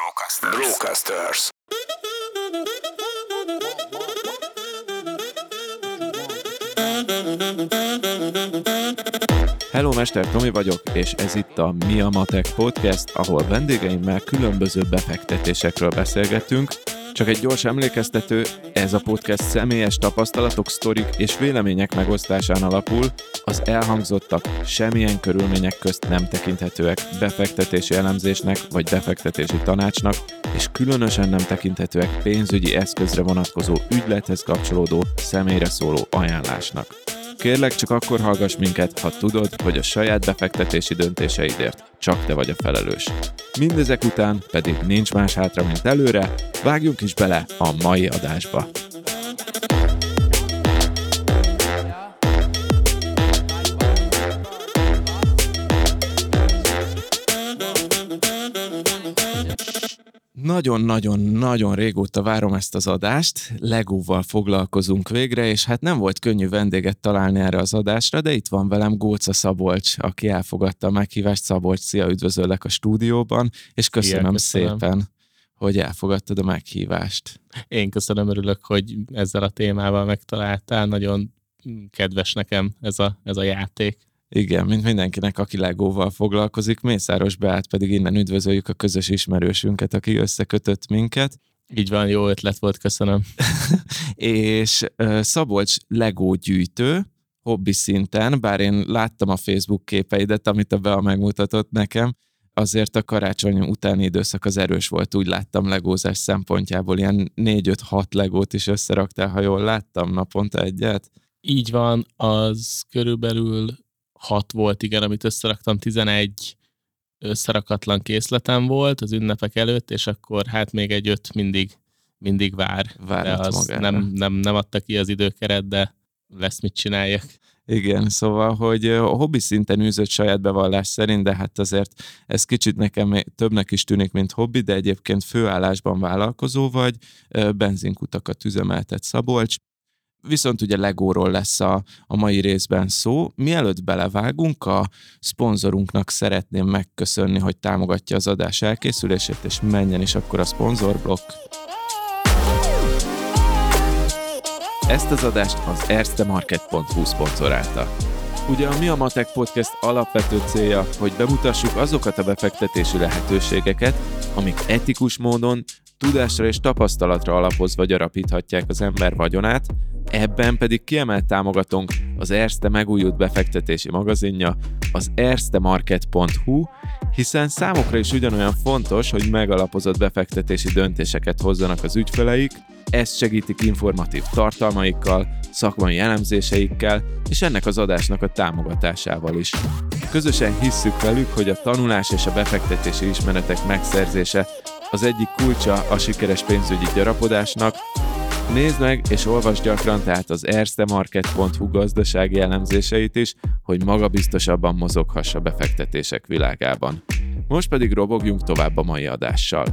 Brocasters. Hello, Mester Tomi vagyok, és ez itt a Mi a Matek Podcast, ahol vendégeimmel különböző befektetésekről beszélgetünk. Csak egy gyors emlékeztető, ez a podcast személyes tapasztalatok, sztorik és vélemények megosztásán alapul, az elhangzottak semmilyen körülmények közt nem tekinthetőek befektetési elemzésnek vagy befektetési tanácsnak, és különösen nem tekinthetőek pénzügyi eszközre vonatkozó ügylethez kapcsolódó személyre szóló ajánlásnak. Kérlek, csak akkor hallgass minket, ha tudod, hogy a saját befektetési döntéseidért csak te vagy a felelős. Mindezek után pedig nincs más hátra, mint előre, vágjunk is bele a mai adásba. Nagyon-nagyon-nagyon régóta várom ezt az adást, Legóval foglalkozunk végre, és hát nem volt könnyű vendéget találni erre az adásra, de itt van velem Góca Szabolcs, aki elfogadta a meghívást. Szabolcs, szia, üdvözöllek a stúdióban, és köszönöm szépen, hogy elfogadtad a meghívást. Én köszönöm, örülök, hogy ezzel a témával megtaláltál, nagyon kedves nekem ez a játék. Igen, mint mindenkinek, aki Legóval foglalkozik, Mészáros Beát pedig innen üdvözöljük, a közös ismerősünket, aki összekötött minket. Így van, jó ötlet volt, köszönöm. És Szabolcs Legó gyűjtő, hobbi szinten, bár én láttam a Facebook képeidet, amit a Bea megmutatott nekem, azért a karácsony utáni időszak az erős volt, úgy láttam legózás szempontjából, ilyen 4-5-6 legót is összeraktál, ha jól láttam, naponta egyet. Így van, az körülbelül 6 volt, igen, amit összeraktam, 11 összerakatlan készletem volt az ünnepek előtt, és akkor hát még egy 5 mindig vár. De az nem adta ki az időkeret, de lesz mit csináljak. Igen, szóval, hogy a hobbi szinten űzött saját bevallás szerint, de hát azért ez kicsit nekem többnek is tűnik, mint hobbi, de egyébként főállásban vállalkozó vagy, benzinkutakat üzemeltet Szabolcs. Viszont ugye Legóról lesz a mai részben szó. Mielőtt belevágunk, a szponzorunknak szeretném megköszönni, hogy támogatja az adás elkészülését, és menjen is akkor a szponzorblokk. Ezt az adást az erstemarket.hu szponzorálta. Ugye a Mi a Matek Podcast alapvető célja, hogy bemutassuk azokat a befektetési lehetőségeket, amik etikus módon, tudásra és tapasztalatra alapozva gyarapíthatják az ember vagyonát, ebben pedig kiemelt támogatónk az Erste megújult befektetési magazinja, az erstemarket.hu, hiszen számukra is ugyanolyan fontos, hogy megalapozott befektetési döntéseket hozzanak az ügyfeleik, ezt segítik informatív tartalmaikkal, szakmai elemzéseikkel, és ennek az adásnak a támogatásával is. Közösen hisszük velük, hogy a tanulás és a befektetési ismeretek megszerzése az egyik kulcsa a sikeres pénzügyi gyarapodásnak. Nézd meg és olvasd gyakran tehát az erstemarket.hu gazdasági elemzéseit is, hogy magabiztosabban mozoghass a befektetések világában. Most pedig robogjunk tovább a mai adással.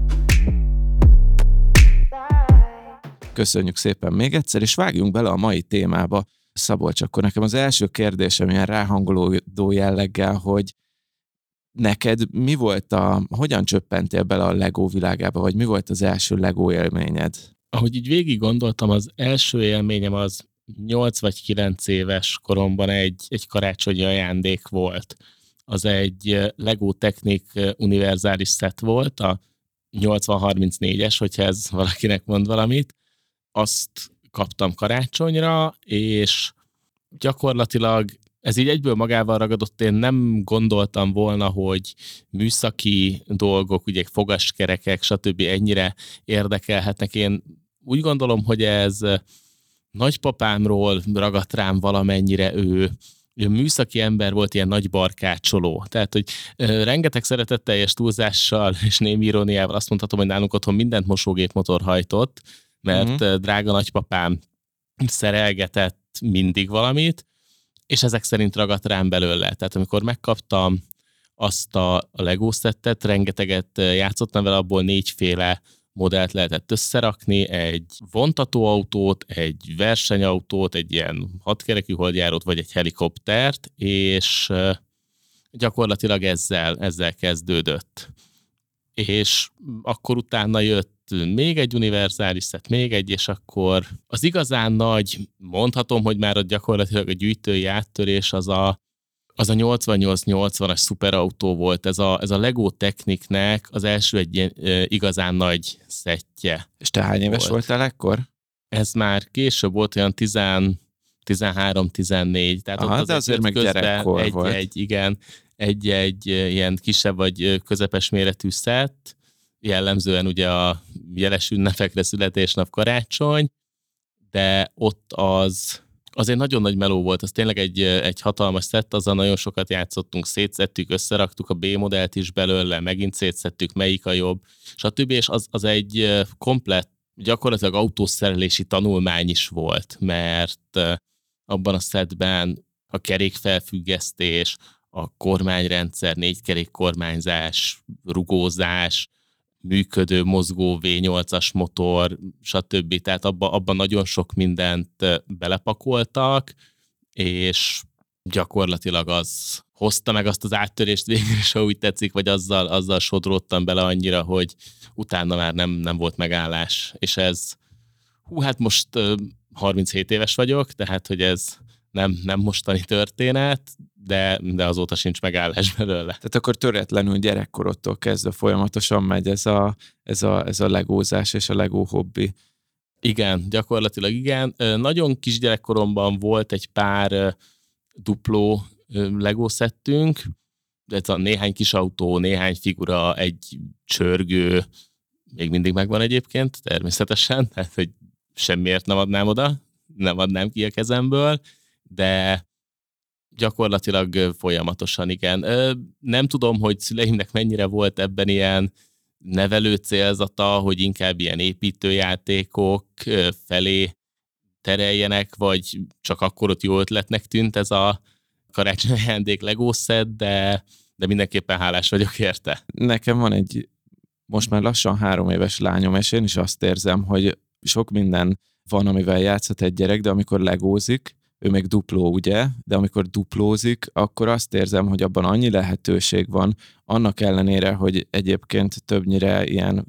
Köszönjük szépen még egyszer, és vágjunk bele a mai témába. Szabolcs, akkor nekem az első kérdésem ilyen ráhangolódó jelleggel, hogy neked mi volt hogyan csöppentél bele a Legó világába, vagy mi volt az első Legó élményed? Ahogy így végig gondoltam, az első élményem az 8 vagy 9 éves koromban egy karácsonyi ajándék volt. Az egy Lego Technic univerzális set volt, a 8034-es, hogyha ez valakinek mond valamit. Azt kaptam karácsonyra, és gyakorlatilag ez így egyből magával ragadott, én nem gondoltam volna, hogy műszaki dolgok, ugye fogaskerekek, stb. Ennyire érdekelhetnek. Én úgy gondolom, hogy ez nagypapámról ragadt rám valamennyire, ő műszaki ember volt, ilyen nagy barkácsoló. Tehát, hogy rengeteg szeretetteljes túlzással és némi iróniával azt mondhatom, hogy nálunk otthon mindent mosógépmotor hajtott, mert drága nagypapám szerelgetett mindig valamit, és ezek szerint ragadt rám belőle. Tehát amikor megkaptam azt a Lego szettet, rengeteget játszottam vele, abból 4 féle modellt lehetett összerakni, egy vontatóautót, egy versenyautót, egy ilyen 6 kerekű holdjárót, vagy egy helikoptert, és gyakorlatilag ezzel kezdődött. és akkor utána jött még egy univerzális szett, még egy, és akkor az igazán nagy, mondhatom, hogy már gyakorlatilag a gyűjtői áttörés az a 88-80-as szuperautó volt, ez a Lego Technicnek az első egy ilyen igazán nagy szettje. És te hány éves voltál ekkor? Ez már később volt, olyan 13-14. Tehát aha, de azért meg gyerekkor volt. Egy ilyen kisebb vagy közepes méretű szett, jellemzően ugye a jeles ünnepekre, születésnap, karácsony, de ott azért nagyon nagy meló volt, az tényleg egy hatalmas szett, azzal nagyon sokat játszottunk, szétszettük, összeraktuk a B-modellt is belőle, megint szétszettük, melyik a jobb, stb. És az egy komplett, gyakorlatilag autószerelési tanulmány is volt, mert abban a szettben a kerékfelfüggesztés, a kormányrendszer, 4-kerék kormányzás, rugózás, működő, mozgó V8-as motor, stb. Tehát abban nagyon sok mindent belepakoltak, és gyakorlatilag az hozta meg azt az áttörést végül is, ha úgy tetszik, vagy azzal sodródtam bele annyira, hogy utána már nem volt megállás. És ez, hát most 37 éves vagyok, tehát hogy ez nem mostani történet, de azóta sincs megállás belőle. Tehát akkor töretlenül gyerekkorodtól kezdve folyamatosan megy ez a legózás és a Lego hobbi. Igen, gyakorlatilag igen. Nagyon kis gyerekkoromban volt egy pár dupló Lego szettünk, de ez a néhány kis autó, néhány figura, egy csörgő, még mindig megvan egyébként, természetesen, tehát hogy semmiért nem adnám oda, nem adnám ki a kezemből, de gyakorlatilag folyamatosan, igen. Nem tudom, hogy szüleimnek mennyire volt ebben ilyen nevelő célzata, hogy inkább ilyen építőjátékok felé tereljenek, vagy csak akkor ott jó ötletnek tűnt ez a karácsonyi ajándék Lego set, de mindenképpen hálás vagyok érte. Nekem van egy most már lassan 3 éves lányom, és én is azt érzem, hogy sok minden van, amivel játszhat egy gyerek, de amikor legózik, ő még dupló, ugye? De amikor duplózik, akkor azt érzem, hogy abban annyi lehetőség van, annak ellenére, hogy egyébként többnyire ilyen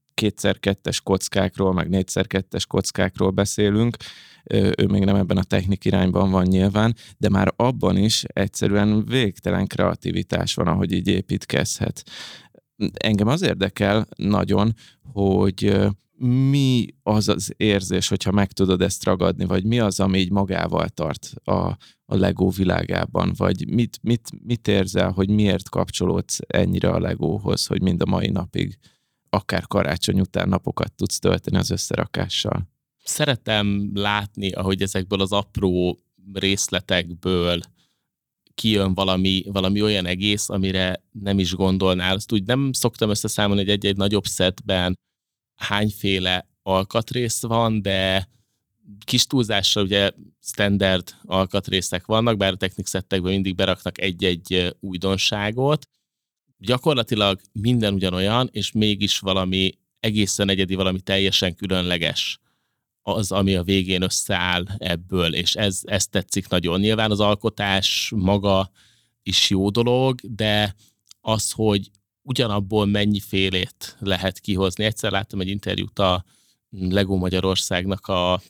2x2-es kockákról, meg 4x2-es kockákról beszélünk, ő még nem ebben a technik irányban van nyilván, de már abban is egyszerűen végtelen kreativitás van, ahogy így építkezhet. Engem az érdekel nagyon, hogy mi az az érzés, hogyha meg tudod ezt ragadni, vagy mi az, ami így magával tart a Lego világában, vagy mit érzel, hogy miért kapcsolódsz ennyire a Legóhoz, hogy mind a mai napig akár karácsony után napokat tudsz tölteni az összerakással? Szeretem látni, ahogy ezekből az apró részletekből kijön valami olyan egész, amire nem is gondolnál. Azt úgy nem szoktam összeszámolni, hogy egy-egy nagyobb szettben hányféle alkatrész van, de kis túlzással ugye standard alkatrészek vannak, bár a Technic szettekben mindig beraknak egy-egy újdonságot. Gyakorlatilag minden ugyanolyan, és mégis valami egészen egyedi, valami teljesen különleges az, ami a végén összeáll ebből, és ez tetszik nagyon. Nyilván az alkotás maga is jó dolog, de az, hogy ugyanabból mennyifélét lehet kihozni. Egyszer láttam egy interjút a Lego Magyarországnak a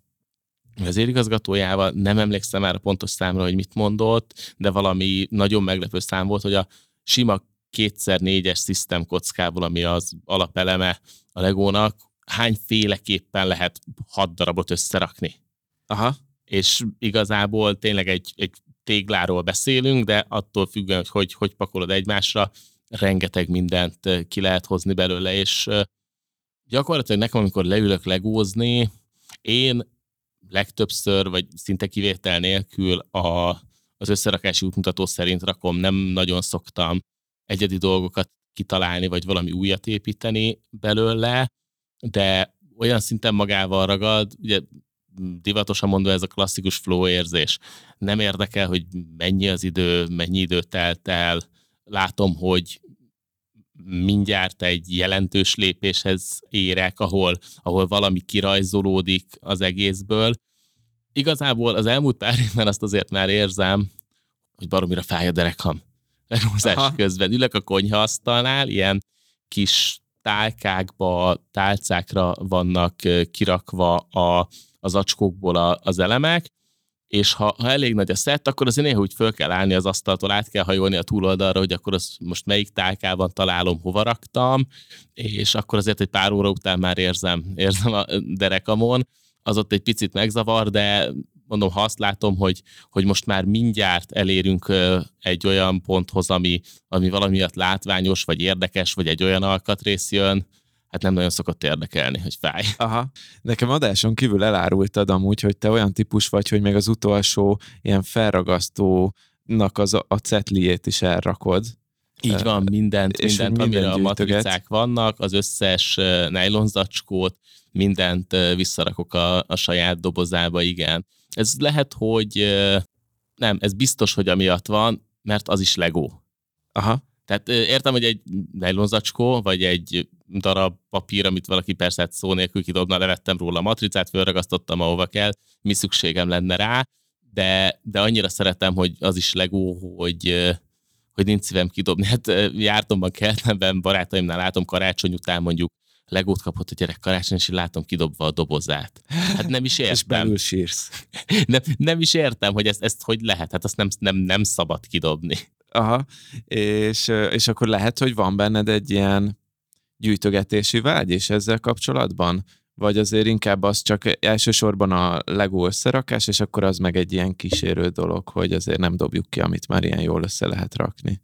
vezérigazgatójával, nem emlékszem már a pontos számra, hogy mit mondott, de valami nagyon meglepő szám volt, hogy a sima 2x4-es system kockából, ami az alapeleme a Legónak, hányféleképpen lehet 6 darabot összerakni. Aha. És igazából tényleg egy tégláról beszélünk, de attól függően, hogy pakolod egymásra, rengeteg mindent ki lehet hozni belőle, és gyakorlatilag nekem, amikor leülök legózni, én legtöbbször, vagy szinte kivétel nélkül az összerakási útmutató szerint rakom, nem nagyon szoktam egyedi dolgokat kitalálni, vagy valami újat építeni belőle, de olyan szinten magával ragad, ugye divatosan mondva ez a klasszikus flow érzés. Nem érdekel, hogy mennyi az idő, mennyi idő telt el, látom, hogy mindjárt egy jelentős lépéshez érek, ahol valami kirajzolódik az egészből. Igazából az elmúlt pár évben azt azért már érzem, hogy baromira fáj a derekam. Legózás közben ülök a konyhaasztalnál, ilyen kis tálkákba, tálcákra vannak kirakva az acskókból az elemek, és ha elég nagy a szett, akkor azért néha úgy föl kell állni az asztaltól, át kell hajolni a túloldalra, hogy akkor az most melyik tálkában találom, hova raktam, és akkor azért egy pár óra után már érzem a derekamon, az ott egy picit megzavar, de mondom, ha azt látom, hogy most már mindjárt elérünk egy olyan ponthoz, ami valami miatt látványos, vagy érdekes, vagy egy olyan alkatrész jön, hát nem nagyon szokott érdekelni, hogy fáj. Aha. Nekem adáson kívül elárultad amúgy, hogy te olyan típus vagy, hogy még az utolsó ilyen felragasztónak a cetliét is elrakod. Így van, mindent amire a matricák vannak, az összes nejlonzacskót, mindent visszarakok a saját dobozába, igen. Ez lehet, hogy nem, ez biztos, hogy amiatt van, mert az is Lego. Aha. Tehát értem, hogy egy nejlonzacskó, vagy egy darab papír, amit valaki persze szó nélkül kidobna, levettem róla a matricát, fölragasztottam, ahova kell, mi szükségem lenne rá, de annyira szeretem, hogy az is Lego, hogy nincs szívem kidobni. Hát jártam a kertemben, barátaimnál látom karácsony után mondjuk Legót kapott a gyerek karácsony, és látom kidobva a dobozát. Hát nem is értem. És belül sírsz. Nem is értem, hogy ezt hogy lehet. Hát azt nem szabad kidobni. Aha, és akkor lehet, hogy van benned egy ilyen gyűjtögetési vágy is ezzel kapcsolatban? Vagy azért inkább az csak elsősorban a Lego összerakás, és akkor az meg egy ilyen kísérő dolog, hogy azért nem dobjuk ki, amit már ilyen jól össze lehet rakni?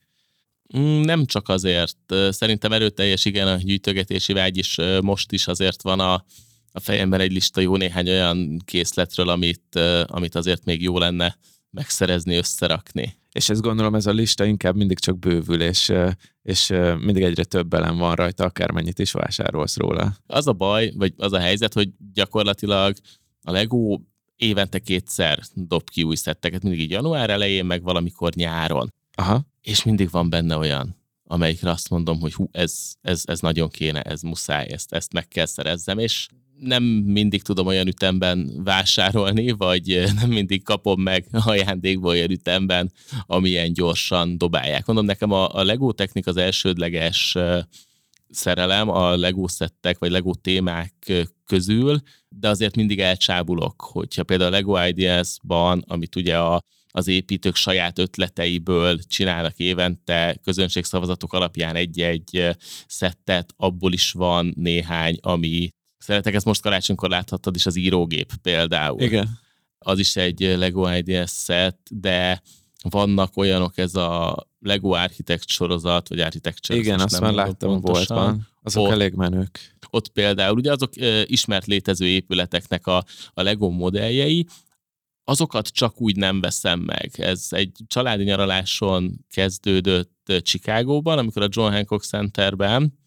Nem csak azért. Szerintem erőteljes, igen, a gyűjtögetési vágy is most is azért van a fejemben egy lista jó néhány olyan készletről, amit azért még jó lenne megszerezni, összerakni. És ezt gondolom, ez a lista inkább mindig csak bővül, és mindig egyre több elem van rajta, akármennyit is vásárolsz róla. Az a baj, vagy az a helyzet, hogy gyakorlatilag a Lego évente 2-szer dob ki új szetteket, mindig így január elején, meg valamikor nyáron. Aha. És mindig van benne olyan, amelyikre azt mondom, hogy ez nagyon kéne, ez muszáj, ezt meg kell szerezzem, és nem mindig tudom olyan ütemben vásárolni, vagy nem mindig kapom meg ajándékból olyan ütemben, amilyen gyorsan dobálják. Mondom, nekem a Lego Technik az elsődleges szerelem a Lego szettek, vagy Lego témák közül, de azért mindig elcsábulok, hogyha például a Lego Ideas-ban, amit ugye az építők saját ötleteiből csinálnak évente közönségszavazatok alapján egy-egy szettet, abból is van néhány, ami szeretek, ezt most karácsonykor láthattad is, az írógép például. Igen. Az is egy Lego Ideas szett, de vannak olyanok, ez a Lego Architect sorozat, vagy Architecture. Igen, azt már láttam boltban. Azok elég menők. Ott például, ugye azok ismert létező épületeknek a Lego modelljei, azokat csak úgy nem veszem meg. Ez egy családi nyaraláson kezdődött Chicagóban, amikor a John Hancock Centerben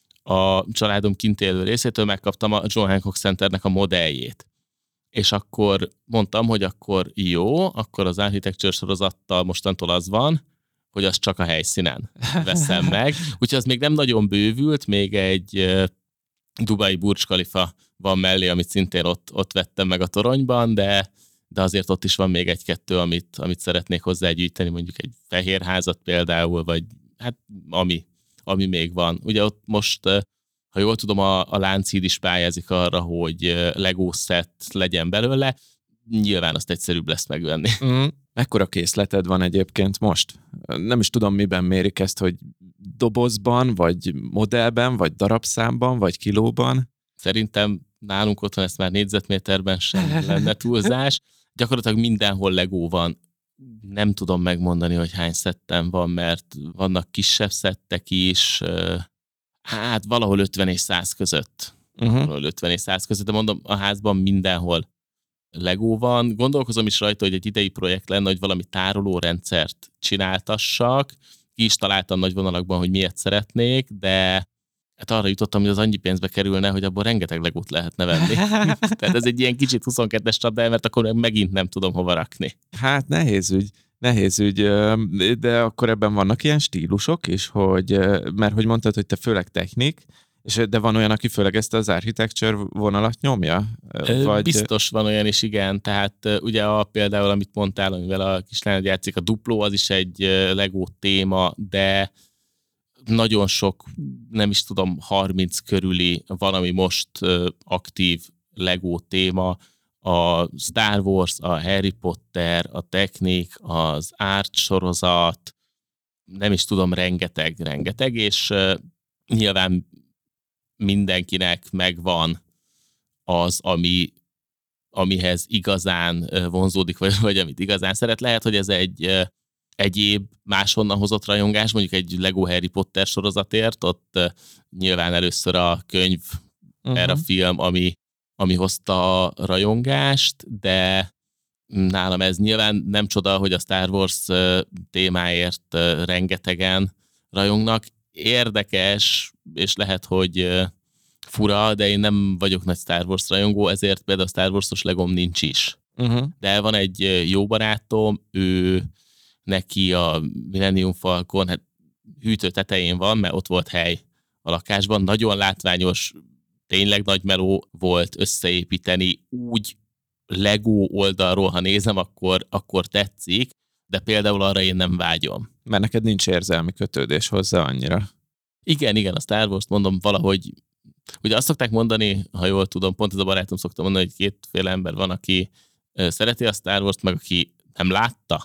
a családom kint élő részétől megkaptam a John Hancock Centernek a modelljét. És akkor mondtam, hogy akkor jó, akkor az Architecture sorozattal mostantól az van, hogy az csak a helyszínen veszem meg. Úgyhogy az még nem nagyon bővült, még egy Dubai Burj Khalifa van mellé, amit szintén ott vettem meg a toronyban, de azért ott is van még egy-kettő, amit szeretnék hozzágyűjteni, mondjuk egy fehér házat például, vagy hát ami még van. Ugye ott most, ha jól tudom, a Lánchíd is pályázik arra, hogy Lego set legyen belőle, nyilván azt egyszerűbb lesz megvenni. Mekkora készleted van egyébként most? Nem is tudom, miben mérik ezt, hogy dobozban, vagy modellben, vagy darabszámban, vagy kilóban? Szerintem nálunk otthon ezt már négyzetméterben sem lenne túlzás. Gyakorlatilag mindenhol Lego van. Nem tudom megmondani, hogy hány szettem van, mert vannak kisebb szettek is, hát valahol 50 és 100 között. Valahol 50 és 100 között, de mondom, a házban mindenhol Lego van. Gondolkozom is rajta, hogy egy idei projekt lenne, hogy valami tárolórendszert csináltassak. Ki is találtam nagy vonalakban, hogy miért szeretnék, de hát arra jutottam, hogy az annyi pénzbe kerülne, hogy abból rengeteg Legót lehetne venni. Tehát ez egy ilyen kicsit 22-es csapda, mert akkor megint nem tudom hova rakni. Hát nehéz ügy, de akkor ebben vannak ilyen stílusok is, mert hogy mondtad, hogy te főleg technik, de van olyan, aki főleg ezt az architecture vonalat nyomja? Vagy... Biztos van olyan is, igen. Tehát ugye például, amit mondtál, amivel a kislányod játszik, a dupló, az is egy Lego téma, de nagyon sok, nem is tudom, 30 körüli van, ami most aktív Lego téma, a Star Wars, a Harry Potter, a Technic, az Arch sorozat, nem is tudom, rengeteg, és nyilván mindenkinek megvan az, amihez igazán vonzódik, vagy amit igazán szeret. Lehet, hogy ez egy egyéb máshonnan hozott rajongás, mondjuk egy Lego Harry Potter sorozatért, ott nyilván először a könyv, erre a film, ami hozta a rajongást, de nálam ez nyilván nem csoda, hogy a Star Wars témáért rengetegen rajongnak. Érdekes, és lehet, hogy fura, de én nem vagyok nagy Star Wars rajongó, ezért például a Star Wars-os Legom nincs is. De van egy jó barátom, ő neki a Millennium Falcon, hát hűtő tetején van, mert ott volt hely a lakásban. Nagyon látványos, tényleg nagy meló volt összeépíteni, úgy Lego oldalról, ha nézem, akkor tetszik, de például arra én nem vágyom. Mert neked nincs érzelmi kötődés hozzá annyira. Igen, a Star Wars-t mondom valahogy, ugye azt szokták mondani, ha jól tudom, pont ez a barátom szokta mondani, hogy kétféle ember van, aki szereti a Star Wars-t, meg aki nem látta.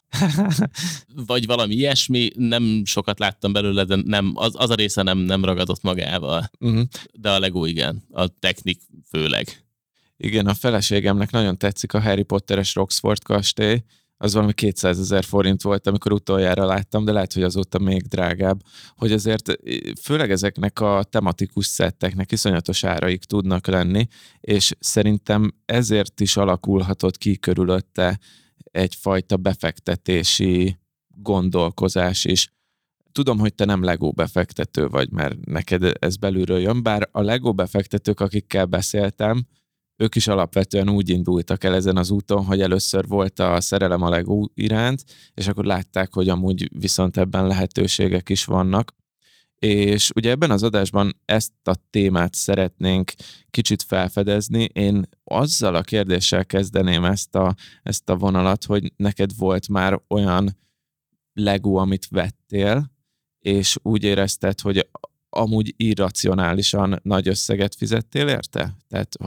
Vagy valami ilyesmi, nem sokat láttam belőle, de nem, az a része nem ragadott magával. De a Lego igen, a Technic főleg. Igen, a feleségemnek nagyon tetszik a Harry Potteres Roxford kastély, az valami 200 000 forint volt, amikor utoljára láttam, de lehet, hogy azóta még drágább, hogy azért főleg ezeknek a tematikus szetteknek iszonyatos áraik tudnak lenni, és szerintem ezért is alakulhatott ki körülötte egyfajta befektetési gondolkozás is. Tudom, hogy te nem Lego befektető vagy, mert neked ez belülről jön, bár a Lego befektetők, akikkel beszéltem, ők is alapvetően úgy indultak el ezen az úton, hogy először volt a szerelem a Lego iránt, és akkor látták, hogy amúgy viszont ebben lehetőségek is vannak. És ugye ebben az adásban ezt a témát szeretnénk kicsit felfedezni. Én azzal a kérdéssel kezdeném ezt a vonalat, hogy neked volt már olyan Lego, amit vettél, és úgy érezted, hogy amúgy irracionálisan nagy összeget fizettél érte? Tehát,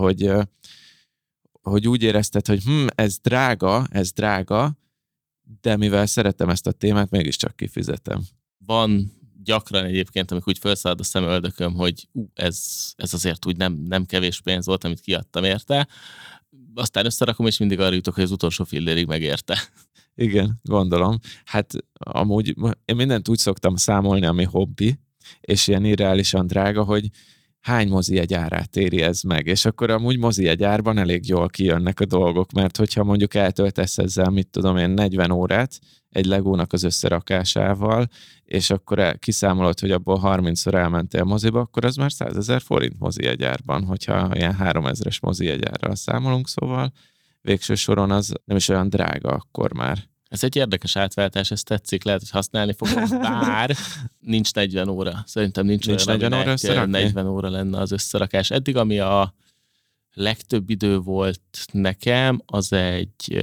hogy úgy érezted, hogy ez drága, de mivel szeretem ezt a témát, mégiscsak kifizetem. Van gyakran egyébként, amikor úgy felszalad a szemöldököm, hogy ez azért úgy nem kevés pénz volt, amit kiadtam érte. Aztán összerakom, és mindig arra jutok, hogy az utolsó fillérig megérte. Igen, gondolom. Hát amúgy én mindent úgy szoktam számolni, ami hobbi, és ilyen irreálisan drága, hogy hány mozijegy árát éri ez meg, és akkor amúgy mozijegy árban elég jól kijönnek a dolgok, mert hogyha mondjuk eltöltesz ezzel, mit tudom én, 40 órát egy Legónak az összerakásával, és akkor kiszámolod, hogy abból 30-szor elmentél moziba, akkor az már 100 000 forint mozijegy árban, hogyha ilyen 3000-es mozijegy árral számolunk, szóval végső soron az nem is olyan drága akkor már. Ez egy érdekes átváltás, ez tetszik, lehet, hogy használni fogom, bár nincs 40 óra. Szerintem nincs olyan, 40 óra összerakni? 40 óra lenne az összerakás. Eddig, ami a legtöbb idő volt nekem, az egy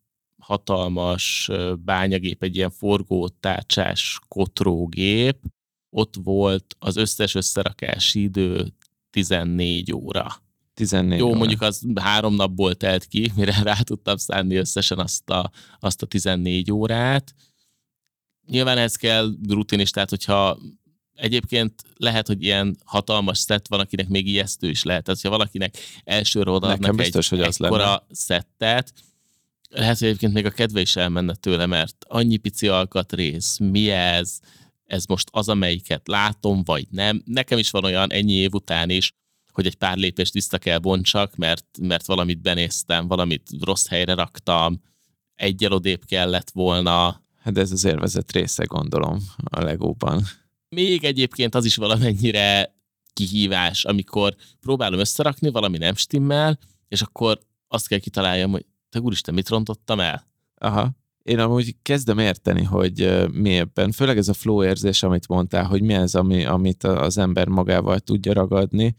hatalmas bányagép, egy ilyen forgótárcsás kotrógép. Ott volt az összes összerakási idő 14 óra. 14 Jó, óra. mondjuk az 3 napból telt ki, mire rá tudtam szánni összesen azt a 14 órát. Nyilván ez kell rutin is, tehát hogyha egyébként lehet, hogy ilyen hatalmas szett van, akinek még ijesztő is lehet. Tehát, hogyha valakinek elsőre odaadnak egy ekkora szettet, lehet, hogy egyébként még a kedve is elmenne tőle, mert annyi pici alkatrész, mi ez? Ez most az, amelyiket látom, vagy nem. Nekem is van olyan ennyi év után is, hogy egy pár lépést vissza kell bontsak, mert valamit benéztem, valamit rossz helyre raktam, egyel odébb kellett volna. Hát ez az élvezet része, gondolom, a Legóban. Még egyébként az is valamennyire kihívás, amikor próbálom összerakni, valami nem stimmel, és akkor azt kell kitaláljam, hogy te úristen, mit rontottam el? Aha. Én amúgy kezdem érteni, hogy mi ebben, főleg ez a flow érzés, amit mondtál, hogy mi ez, amit az ember magával tudja ragadni.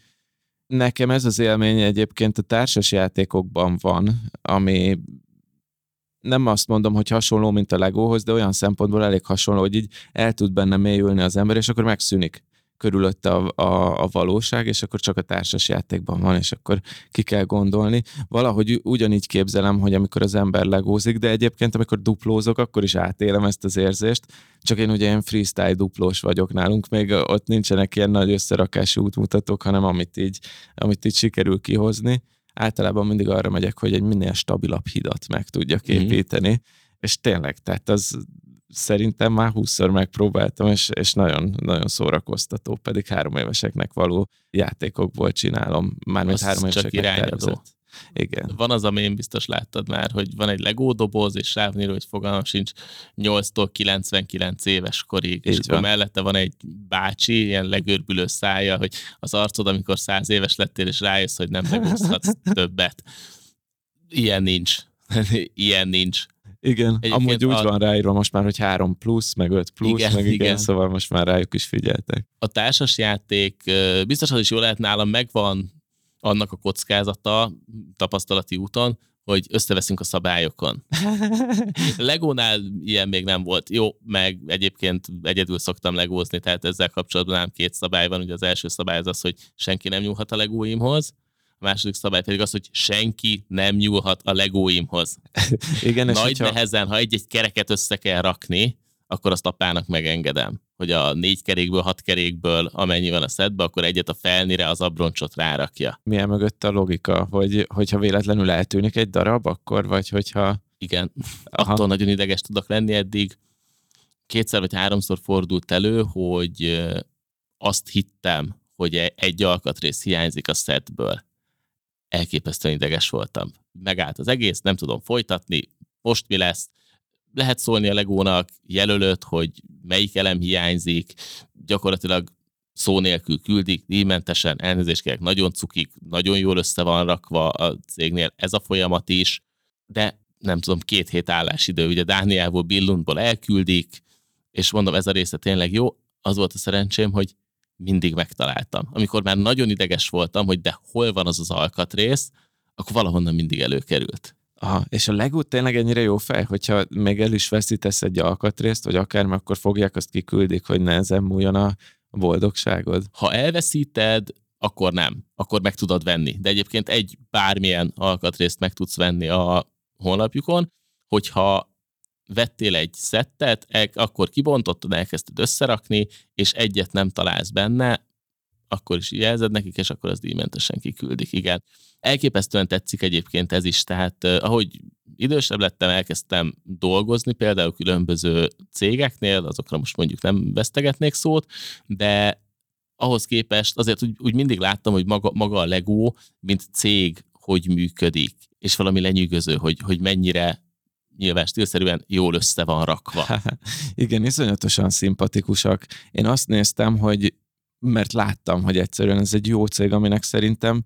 Nekem ez az élmény egyébként a társas játékokban van, ami nem azt mondom, hogy hasonló, mint a Legóhoz, de olyan szempontból elég hasonló, hogy így el tud benne mélyülni az ember, és akkor megszűnik körülötte a valóság, és akkor csak a társas játékban van, és akkor ki kell gondolni. Valahogy ugyanígy képzelem, hogy amikor az ember legózik, de egyébként amikor duplózok, akkor is átélem ezt az érzést, csak én ugye ilyen freestyle duplós vagyok nálunk, még ott nincsenek ilyen nagy összerakási útmutatók, hanem amit így sikerül kihozni. Általában mindig arra megyek, hogy egy minél stabilabb hidat meg tudjak építeni, és tényleg, tehát az szerintem már 20-szor megpróbáltam, és nagyon, nagyon szórakoztató, pedig 3 éveseknek való játékokból csinálom. Mármint 3 éveseknek tervezett. Igen. Van az, ami én biztos láttad már, hogy van egy Lego doboz, és rá van írva, hogy fogalmam sincs 8-tól 99 éves korig, és akkor mellette van egy bácsi, ilyen legörbülő szája, hogy az arcod, amikor 100 éves lettél, és rájössz, hogy nem legózhatsz többet. Ilyen nincs. Ilyen nincs. Igen, amúgy úgy van ráírva most már, hogy 3+, meg 5+, meg igen, szóval most már rájuk is figyeltek. A társasjáték biztos az is jól lehet, nálam megvan annak a kockázata tapasztalati úton, hogy összeveszünk a szabályokon. Legónál ilyen még nem volt. Jó, meg egyébként egyedül szoktam legózni, tehát ezzel kapcsolatban nem 2 szabály van. Ugye az első szabály az, hogy senki nem nyúlhat a legóimhoz. A második szabály pedig az, hogy senki nem nyúlhat a legóimhoz. Igen, nagy nehezen, ha egy-egy kereket össze kell rakni, akkor azt apának megengedem, hogy a 4 kerékből, 6 kerékből, amennyi van a szettbe, akkor egyet a felnire az abroncsot rárakja. Milyen mögött a logika, hogyha véletlenül eltűnik egy darab, akkor, vagy hogyha... Igen, attól nagyon ideges tudok lenni eddig. 2 vagy 3-szor fordult elő, hogy azt hittem, hogy egy alkatrész hiányzik a szettből. Elképesztően ideges voltam. Megállt az egész, nem tudom folytatni, most mi lesz? Lehet szólni a Legónak, jelölöd, hogy melyik elem hiányzik, gyakorlatilag szó nélkül küldik, díjmentesen, elnézést kérek, nagyon cukik, nagyon jól össze van rakva a cégnél ez a folyamat is, de nem tudom, 2 hét állásidő, ugye Dániából, Billundból elküldik, és mondom, ez a része tényleg jó. Az volt a szerencsém, hogy mindig megtaláltam. Amikor már nagyon ideges voltam, hogy de hol van az az alkatrész, akkor valahonnan mindig előkerült. Aha, és a Lego tényleg ennyire jó fej, hogyha még el is veszítesz egy alkatrészt, vagy akármi, akkor fogják, azt kiküldik, hogy nehezen múljon a boldogságod. Ha elveszíted, akkor nem. Akkor meg tudod venni. De egyébként egy bármilyen alkatrészt meg tudsz venni a honlapjukon, hogyha vettél egy szettet, akkor kibontottad, elkezdted összerakni, és egyet nem találsz benne, akkor is jelzed nekik, és akkor az díjmentesen kiküldik. Igen. Elképesztően tetszik egyébként ez is, tehát ahogy idősebb lettem, elkezdtem dolgozni, például különböző cégeknél, azokra most mondjuk nem vesztegetnék szót, de ahhoz képest azért úgy mindig láttam, hogy maga a Lego, mint cég, hogy működik, és valami lenyűgöző, hogy mennyire nyilván stílszerűen jól össze van rakva. Igen, iszonyatosan szimpatikusak. Én azt néztem, mert láttam, hogy egyszerűen ez egy jó cég, aminek szerintem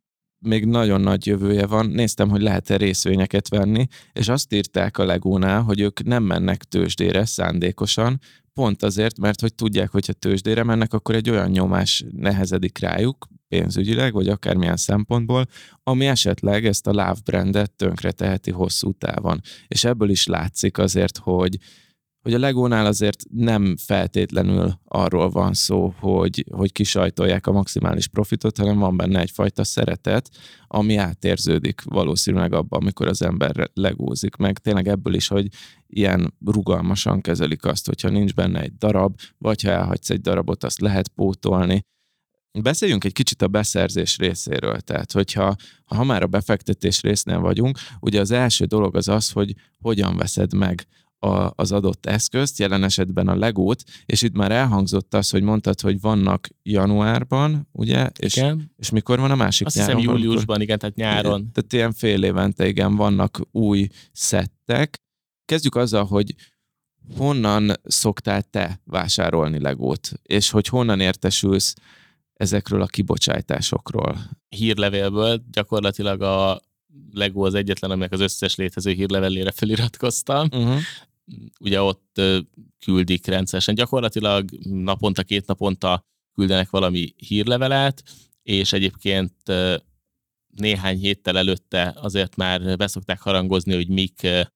még nagyon nagy jövője van. Néztem, hogy lehet-e részvényeket venni, és azt írták a Legónál, hogy ők nem mennek tőzsdére szándékosan, pont azért, mert hogy tudják, hogyha tőzsdére mennek, akkor egy olyan nyomás nehezedik rájuk, pénzügyileg, vagy akármilyen szempontból, ami esetleg ezt a Love brandet tönkreteheti hosszú távon. És ebből is látszik azért, hogy a Legónál azért nem feltétlenül arról van szó, hogy kisajtolják a maximális profitot, hanem van benne egyfajta szeretet, ami átérződik valószínűleg abban, amikor az ember legózik meg. Tényleg ebből is, hogy ilyen rugalmasan kezelik azt, hogyha nincs benne egy darab, vagy ha elhagysz egy darabot, azt lehet pótolni. Beszéljünk egy kicsit a beszerzés részéről, tehát hogyha már a befektetés résznél vagyunk, ugye az első dolog az, hogy hogyan veszed meg az adott eszközt, jelen esetben a Legót, és itt már elhangzott az, hogy mondtad, hogy vannak januárban, ugye? És mikor van a másik azt nyáron? Azt hiszem júliusban, igen, tehát nyáron. Tehát ilyen fél évente, igen, vannak új szettek. Kezdjük azzal, hogy honnan szoktál te vásárolni Legót, és hogy honnan értesülsz ezekről a kibocsátásokról? Hírlevélből gyakorlatilag a Lego az egyetlen, aminek az összes létező hírlevelére feliratkoztam. Ugye ott küldik rendszeresen. Gyakorlatilag naponta, 2 naponta küldenek valami hírlevelet, és egyébként néhány héttel előtte azért már beszokták harangozni, hogy mik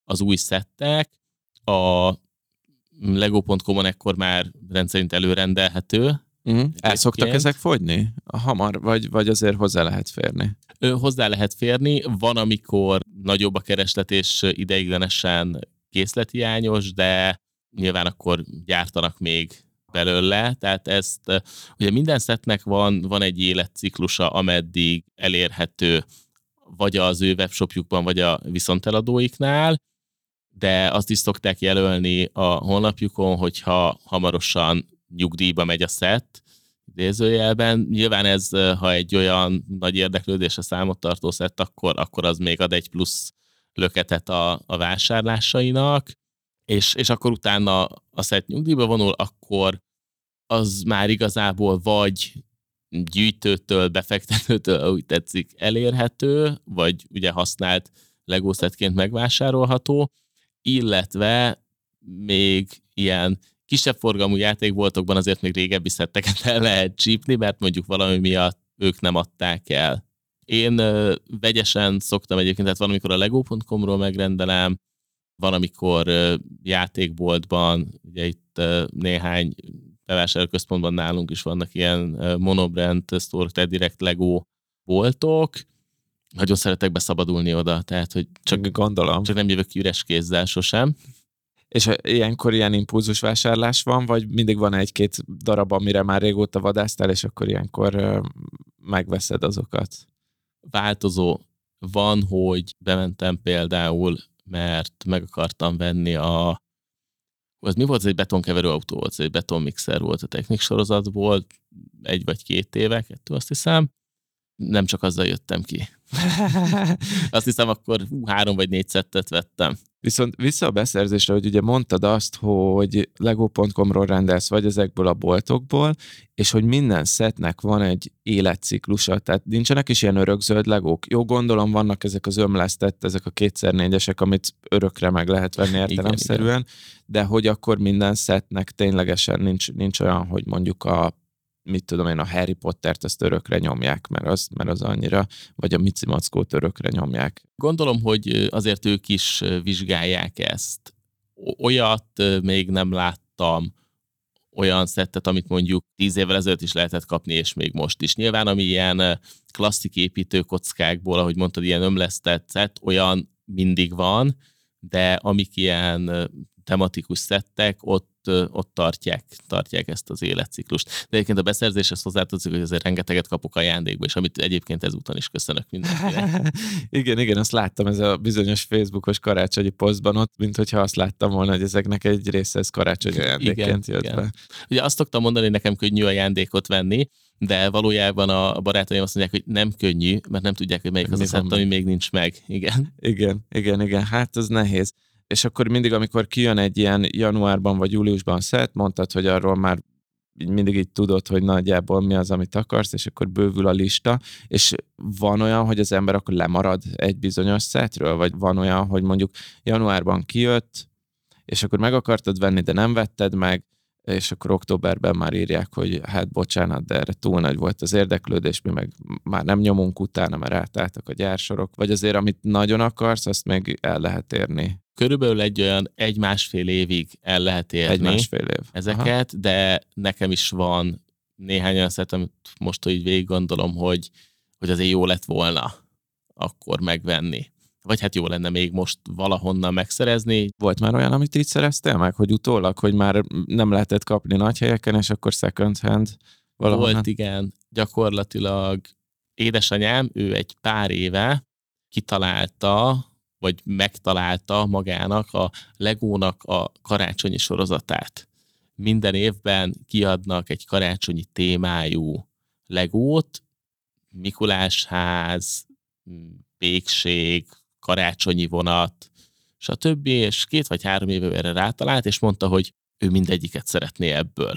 az új szettek. A Lego.com-on ekkor már rendszerint előrendelhető. El szoktak ezek fogyni? Hamar, vagy azért hozzá lehet férni? Hozzá lehet férni. Van, amikor nagyobb a kereslet és ideiglenesen készlethiányos, de nyilván akkor gyártanak még belőle, tehát ezt ugye minden szettnek van egy életciklusa, ameddig elérhető vagy az ő webshopjukban, vagy a viszonteladóiknál, de azt is szokták jelölni a honlapjukon, hogyha hamarosan nyugdíjba megy a szett, idézőjelben. Nyilván ez, ha egy olyan nagy érdeklődésre számot tartó szett, akkor az még ad egy plusz löketet a vásárlásainak, és akkor utána a szett nyugdíjba vonul, akkor az már igazából vagy gyűjtőtől, befektetőtől, úgy tetszik, elérhető, vagy ugye használt Lego szettként megvásárolható, illetve még ilyen kisebb forgalmú játékboltokban azért még régebbi szetteket el lehet csípni, mert mondjuk valami miatt ők nem adták el. Én vegyesen szoktam egyébként, tehát van, amikor a Lego.com-ról megrendelem, van, amikor játékboltban, ugye itt néhány bevásárlóközpontban nálunk is vannak ilyen monobrand store, tehát direkt Lego boltok. Nagyon szeretek beszabadulni oda, tehát hogy csak nem jövök ki üres kézzel sosem. És ilyenkor ilyen impulzusvásárlás van, vagy mindig van egy-két darab, amire már régóta vadásztál, és akkor ilyenkor megveszed azokat? Változó. Van, hogy bementem például, mert meg akartam venni az mi volt? Ez egy betonkeverő autó volt, ez egy betonmixer volt a Technik sorozatból, 1 vagy 2 éve, 2 azt hiszem. Nem csak azzal jöttem ki. Azt hiszem, akkor 3 vagy 4 szettet vettem. Viszont vissza a beszerzésre, hogy ugye mondtad azt, hogy Lego.com-ról rendelsz, vagy ezekből a boltokból, és hogy minden szettnek van egy életciklusa, tehát nincsenek is ilyen örökzöld Legók. Jó, gondolom vannak ezek az ömlesztett, ezek a 2x4-esek, amit örökre meg lehet venni értelemszerűen, de hogy akkor minden szettnek ténylegesen nincs olyan, hogy mondjuk mit tudom én, a Harry Pottert azt örökre nyomják, mert az annyira, vagy a Mici Mackót örökre nyomják. Gondolom, hogy azért ők is vizsgálják ezt. Olyat még nem láttam, olyan szettet, amit mondjuk 10 évvel ezelőtt is lehetett kapni, és még most is. Nyilván, ami ilyen klasszik építőkockákból, ahogy mondtad, ilyen ömlesztett szett, olyan mindig van, de amik ilyen tematikus szettek, ott tartják ezt az életciklust. De egyébként a beszerzéshez hozzátartozik, hogy azért rengeteget kapok ajándékba, és amit egyébként ezúton is köszönök mindenkinek. igen, azt láttam, ez a bizonyos Facebookos karácsonyi posztban ott, mint hogyha azt láttam volna, hogy ezeknek egy része ez karácsonyi ajándékként jött be. Ugye azt szoktam mondani, hogy nekem könnyű ajándékot venni, de valójában a barátaim azt mondják, hogy nem könnyű, mert nem tudják, hogy melyik az a szett, ami még nincs meg. Igen, hát az nehéz. És akkor mindig, amikor kijön egy ilyen januárban vagy júliusban szett, mondtad, hogy arról már mindig így tudod, hogy nagyjából mi az, amit akarsz, és akkor bővül a lista, és van olyan, hogy az ember akkor lemarad egy bizonyos szettről, vagy van olyan, hogy mondjuk januárban kijött, és akkor meg akartad venni, de nem vetted meg, és akkor októberben már írják, hogy hát bocsánat, de erre túl nagy volt az érdeklődés, mi meg már nem nyomunk utána, mert átálltak a gyársorok, vagy azért, amit nagyon akarsz, azt még el lehet érni. Körülbelül egy olyan 1-1,5 évig el lehet érni 1,5 év. ezeket, aha. De nekem is van néhány olyan szett, amit most így végig gondolom, hogy azért jó lett volna akkor megvenni. Vagy hát jó lenne még most valahonnan megszerezni. Volt már olyan, amit így szereztél meg, hogy utólag, hogy már nem lehetett kapni nagy helyeken, és akkor second hand valahonnan? Volt, igen. Gyakorlatilag édesanyám, ő egy pár éve kitalálta, vagy megtalálta magának a Legónak a karácsonyi sorozatát. Minden évben kiadnak egy karácsonyi témájú Legót, Mikulásház, pékség, karácsonyi vonat, stb. És 2 vagy 3 éve erre rátalált, és mondta, hogy ő mindegyiket szeretné ebből.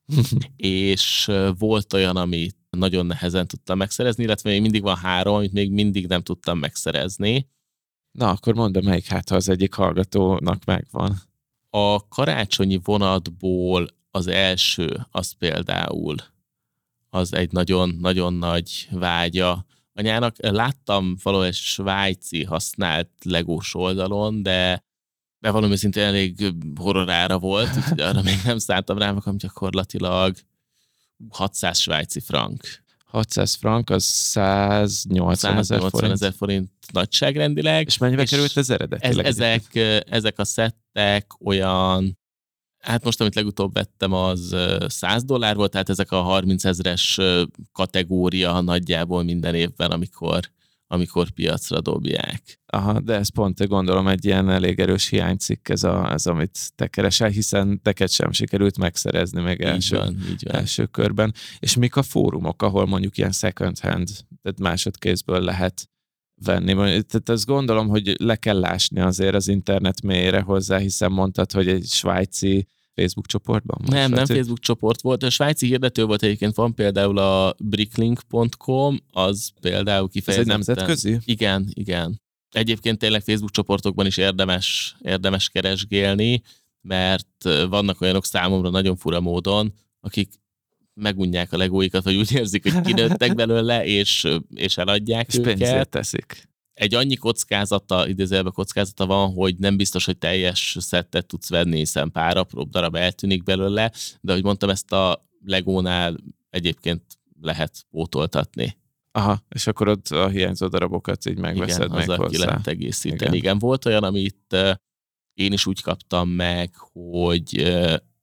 És volt olyan, amit nagyon nehezen tudtam megszerezni, illetve még mindig van 3, amit még mindig nem tudtam megszerezni. Na, akkor mondd be, melyik, hát ha az egyik hallgatónak megvan. A karácsonyi vonatból az első, az például az egy nagyon-nagyon nagy vágya anyának. Láttam valahol egy svájci használt legós oldalon, de bevallom őszintén elég horrorára volt, úgyhogy arra még nem szálltam rá magam, gyakorlatilag 600 svájci frank. 600 frank, az 180 000 forint nagyságrendileg. És mennyibe került ez eredetileg? Ezek a szettek olyan, hát most, amit legutóbb vettem, az $100 volt, tehát ezek a 30 000-es kategória nagyjából minden évben, amikor piacra dobják. Aha, de ez pont, gondolom, egy ilyen elég erős hiánycikk ez, amit te keresel, hiszen teket sem sikerült megszerezni meg első körben. És mik a fórumok, ahol mondjuk ilyen second hand, tehát másodkézből lehet venni? Tehát azt gondolom, hogy le kell lásni azért az internet mélyére hozzá, hiszen mondtad, hogy egy svájci Facebook csoportban? Nem Facebook csoport volt. A svájci hirdető volt egyébként, van például a bricklink.com, az például kifejezetten... Ez egy nemzetközi? Igen. Egyébként tényleg Facebook csoportokban is érdemes keresgélni, mert vannak olyanok számomra nagyon fura módon, akik megunják a legóikat, vagy úgy érzik, hogy kinőttek belőle, és eladják és őket. Pénzért teszik. Egy annyi idézőjelben kockázata van, hogy nem biztos, hogy teljes szettet tudsz venni, hiszen pár apróbb darab eltűnik belőle, de ahogy mondtam, ezt a Legónál egyébként lehet pótoltatni. Aha, és akkor ott a hiányzó darabokat így megveszed. Igen, azzal ki lehet egészíteni. Igen, volt olyan, amit én is úgy kaptam meg, hogy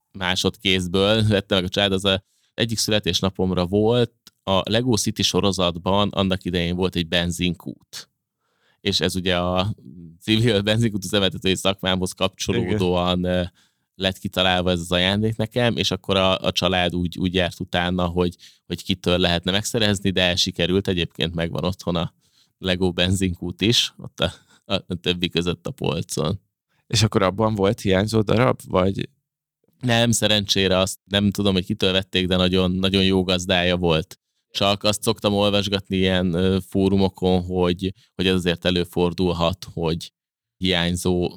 másodkézből vettem meg a család, az egyik születésnapomra volt, a Lego City sorozatban annak idején volt egy benzinkút. És ez ugye a civil benzinkút üzemeltetői szakmámhoz kapcsolódóan lett kitalálva ez az ajándék nekem, és akkor a család úgy járt utána, hogy kitől lehetne megszerezni, de sikerült, egyébként megvan otthon a Lego benzinkút is, ott a többi között a polcon. És akkor abban volt hiányzó darab, vagy? Nem, szerencsére azt nem tudom, hogy kitől vették, de nagyon, nagyon jó gazdája volt. Csak azt szoktam olvasgatni ilyen fórumokon, hogy ez azért előfordulhat, hogy hiányzó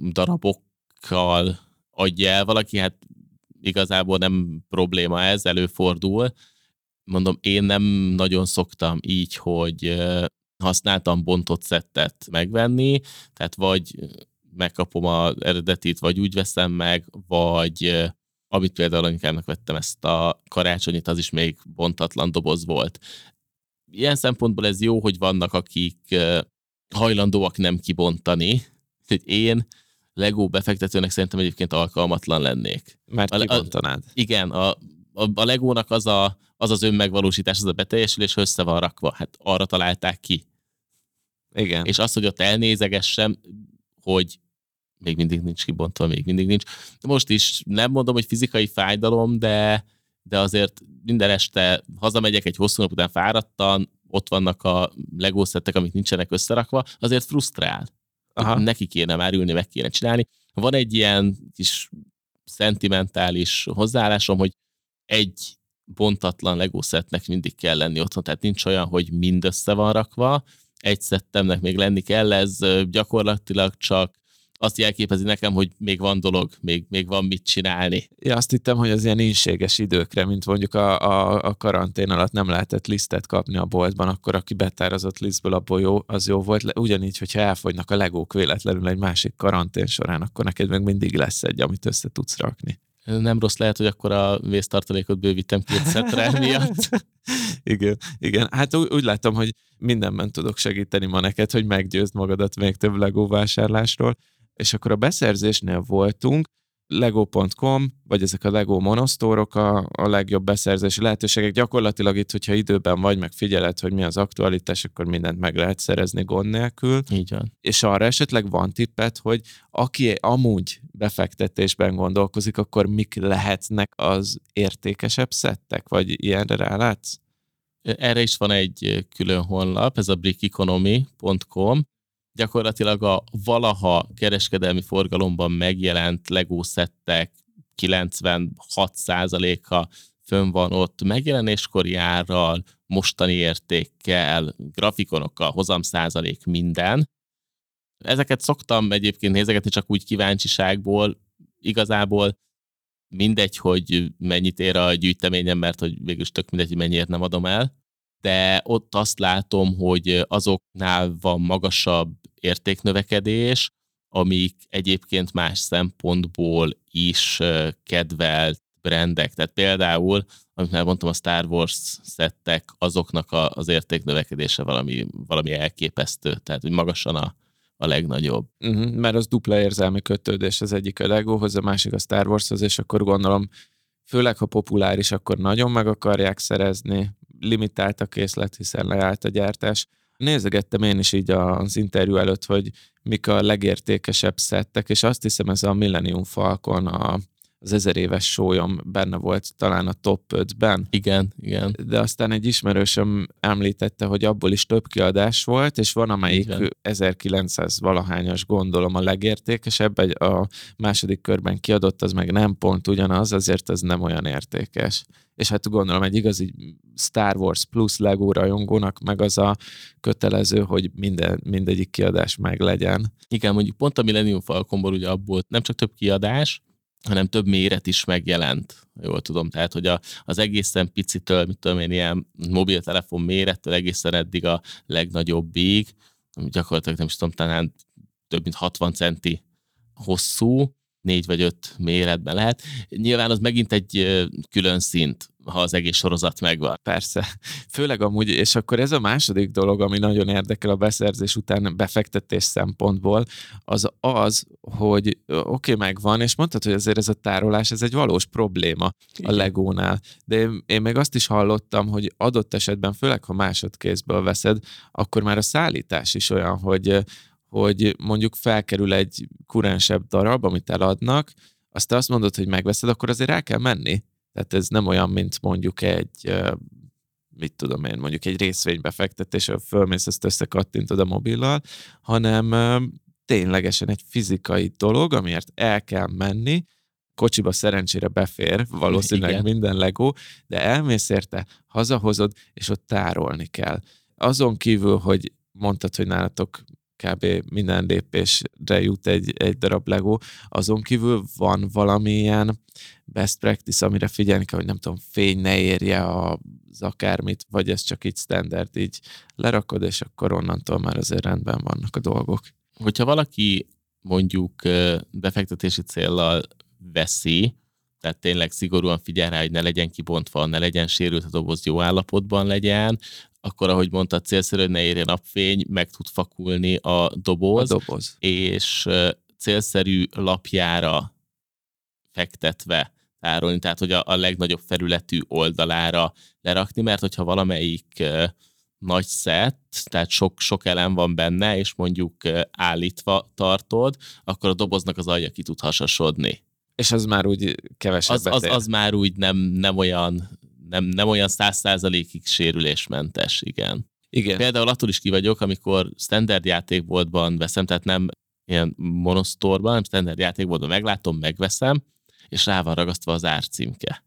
darabokkal adja el valaki, hát igazából nem probléma ez, előfordul. Mondom, én nem nagyon szoktam így, hogy használtam bontott szettet megvenni, tehát vagy megkapom az eredetit, vagy úgy veszem meg, vagy amit például anyukámnak vettem, ezt a karácsonyit, az is még bontatlan doboz volt. Ilyen szempontból ez jó, hogy vannak, akik hajlandóak nem kibontani, hogy én Lego befektetőnek szerintem egyébként alkalmatlan lennék. Mert kibontanád. Igen, a Legónak az önmegvalósítás, az a beteljesülés, hogy össze van rakva. Hát arra találták ki. Igen. És az, hogy ott elnézegessem, hogy még mindig nincs kibontva, még mindig nincs. Most is nem mondom, hogy fizikai fájdalom, de azért minden este hazamegyek egy hosszú nap után fáradtan, ott vannak a Lego szettek, amik nincsenek összerakva, azért frusztrál. Neki kéne már ülni, meg kéne csinálni. Van egy ilyen kis szentimentális hozzáállásom, hogy egy bontatlan Lego szettnek mindig kell lenni otthon, tehát nincs olyan, hogy mind össze van rakva, egy szettemnek még lenni kell, ez gyakorlatilag csak azt jelképezi nekem, hogy még van dolog, még van mit csinálni. Ja, azt hittem, hogy az ilyen ínséges időkre, mint mondjuk a karantén alatt nem lehetett lisztet kapni a boltban, akkor aki betározott lisztből, abból az jó volt. Ugyanígy, hogyha elfogynak a legók véletlenül egy másik karantén során, akkor neked meg mindig lesz egy, amit össze tudsz rakni. Nem rossz, lehet, hogy akkor a vésztartalékot bővítem 2 szettre miatt. Igen. Hát úgy látom, hogy mindenben tudok segíteni ma neked, hogy meggyőzd magadat még több Lego vásárlásról. És akkor a beszerzésnél voltunk, lego.com, vagy ezek a Lego monosztórok a legjobb beszerzési lehetőségek. Gyakorlatilag itt, hogyha időben vagy, meg figyeled, hogy mi az aktualitás, akkor mindent meg lehet szerezni gond nélkül. Így van. És arra esetleg van tippet, hogy aki amúgy befektetésben gondolkozik, akkor mik lehetnek az értékesebb szettek, vagy ilyenre rálátsz? Erre is van egy külön honlap, ez a brickeconomy.com. Gyakorlatilag a valaha kereskedelmi forgalomban megjelent Lego szettek 96%-a fönn van ott megjelenéskori árral, mostani értékkel, grafikonokkal, hozamszázalék, minden. Ezeket szoktam egyébként nézegetni csak úgy kíváncsiságból. Igazából mindegy, hogy mennyit ér a gyűjteményem, mert hogy végülis tök mindegy, hogy mennyiért nem adom el. De ott azt látom, hogy azoknál van magasabb értéknövekedés, amik egyébként más szempontból is kedvelt brandek. Tehát például, amit már mondtam, a Star Wars szettek, azoknak az értéknövekedése valami elképesztő. Tehát, hogy magasan a legnagyobb. Mert az dupla érzelmi kötődés, az egyik a Legóhoz, a másik a Star Warshoz, és akkor gondolom, főleg ha populáris, akkor nagyon meg akarják szerezni, limitált a készlet, hiszen leállt a gyártás. Nézegettem én is így az interjú előtt, hogy mik a legértékesebb szettek, és azt hiszem ez a Millennium Falcon, az 1000 éves sólyom benne volt talán a top 5-ben. Igen. De aztán egy ismerősöm említette, hogy abból is több kiadás volt, és van amelyik 1900 valahányas, gondolom, a legértékesebb, a második körben kiadott, az meg nem pont ugyanaz, azért az nem olyan értékes. És hát gondolom egy igazi Star Wars plusz Lego rajongónak meg az a kötelező, hogy mindegyik kiadás meg legyen. Igen, mondjuk pont a Millennium Falconból ugye abból nem csak több kiadás, hanem több méret is megjelent, jól tudom. Tehát, hogy az egészen picitől, mit tudom én, ilyen mobiltelefon mérettől egészen eddig a legnagyobbig, ami gyakorlatilag nem is tudom, talán több mint 60 centi hosszú, 4 vagy 5 méretben lehet. Nyilván az megint egy külön szint, ha az egész sorozat megvan. Persze. Főleg amúgy, és akkor ez a második dolog, ami nagyon érdekel a beszerzés után befektetés szempontból, az, hogy oké, megvan, és mondtad, hogy azért ez a tárolás, ez egy valós probléma a Legónál. De én meg azt is hallottam, hogy adott esetben, főleg ha másodkézből veszed, akkor már a szállítás is olyan, hogy mondjuk felkerül egy kurensebb darab, amit eladnak, azt mondod, hogy megveszed, akkor azért el kell menni. Tehát ez nem olyan, mint mondjuk mondjuk egy részvénybefektetés, ahol fölmész, ezt összekattintod a mobillal, hanem ténylegesen egy fizikai dolog, amiért el kell menni, kocsiba szerencsére befér, valószínűleg igen, minden Lego, de elmész érte, hazahozod, és ott tárolni kell. Azon kívül, hogy mondtad, hogy nálatok kb. Minden lépésre jut egy darab Lego. Azon kívül van valamilyen best practice, amire figyelni kell, hogy nem tudom, fény ne érje az akármit, vagy ez csak így standard, így lerakod, és akkor onnantól már azért rendben vannak a dolgok. Hogyha valaki mondjuk befektetési céllal veszi, tehát tényleg szigorúan figyel rá, hogy ne legyen kibontva, ne legyen sérült, a doboz jó állapotban legyen, akkor, ahogy mondtad, célszerű, hogy ne érjen napfény, meg tud fakulni a doboz. És célszerű lapjára fektetve tárolni, tehát hogy a legnagyobb felületű oldalára lerakni, mert hogyha valamelyik nagy szett, tehát sok elem van benne, és mondjuk állítva tartod, akkor a doboznak az alja ki tud hasasodni. És az már úgy kevesebbet ér. Az már úgy nem olyan 100%-ig sérülésmentes, igen. Például attól is ki vagyok, amikor standard játékboltban veszem, tehát nem ilyen monosztorban, hanem standard játékboltban meglátom, megveszem, és rá van ragasztva az árcímke.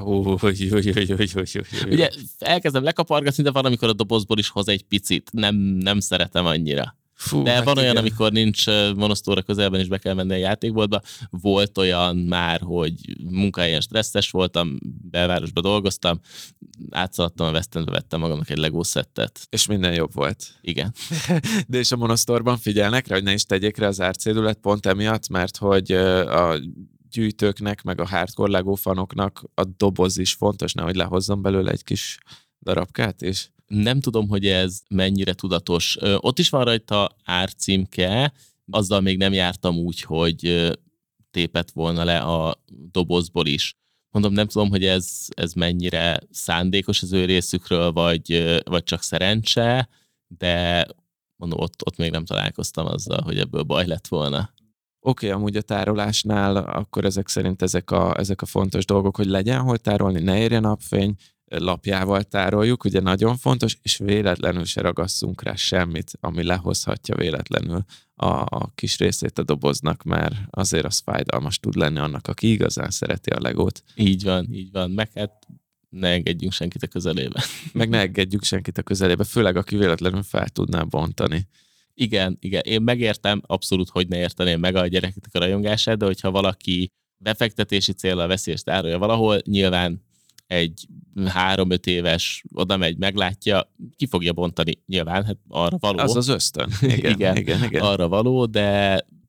Ugye elkezdem lekapargatni, de van, amikor a dobozból is hoz egy picit. Nem szeretem annyira. De hát van olyan, amikor nincs monosztóra közelben, és be kell menni a játékboltba. Volt olyan már, hogy munkahelyen stresszes voltam, belvárosba dolgoztam, átszaladtam a West Endbe, vettem magamnak egy Lego szettet. És minden jobb volt. Igen. De és a monosztorban figyelnek rá, hogy ne is tegyék rá az árcédület pont emiatt, mert hogy a gyűjtőknek, meg a hardcore Lego fanoknak a doboz is fontos, nehogy lehozzon belőle egy kis darabkát is. Nem tudom, hogy ez mennyire tudatos. Ott is van rajta árcímke, azzal még nem jártam úgy, hogy tépett volna le a dobozból is. Mondom, nem tudom, hogy ez mennyire szándékos az ő részükről, vagy csak szerencse, de mondom, ott még nem találkoztam azzal, hogy ebből baj lett volna. Oké, amúgy a tárolásnál akkor ezek szerint ezek a fontos dolgok, hogy legyen hol tárolni, ne érjen napfény, lapjával tároljuk, ugye nagyon fontos, és véletlenül se ragasszunk rá semmit, ami lehozhatja véletlenül a kis részét a doboznak, mert azért az fájdalmas tud lenni annak, aki igazán szereti a Legót. Így van, meg hát ne engedjünk senkit a közelébe. Meg ne engedjünk senkit a közelébe, főleg aki véletlenül fel tudná bontani. Igen, én megértem, abszolút, hogy ne érteném meg a gyerekeknek a rajongását, de hogyha valaki befektetési céllal veszi és tárolja valahol, nyilván egy 3-5 éves oda megy, meglátja, ki fogja bontani, nyilván, hát arra való. Az az ösztön. Igen. Arra való, de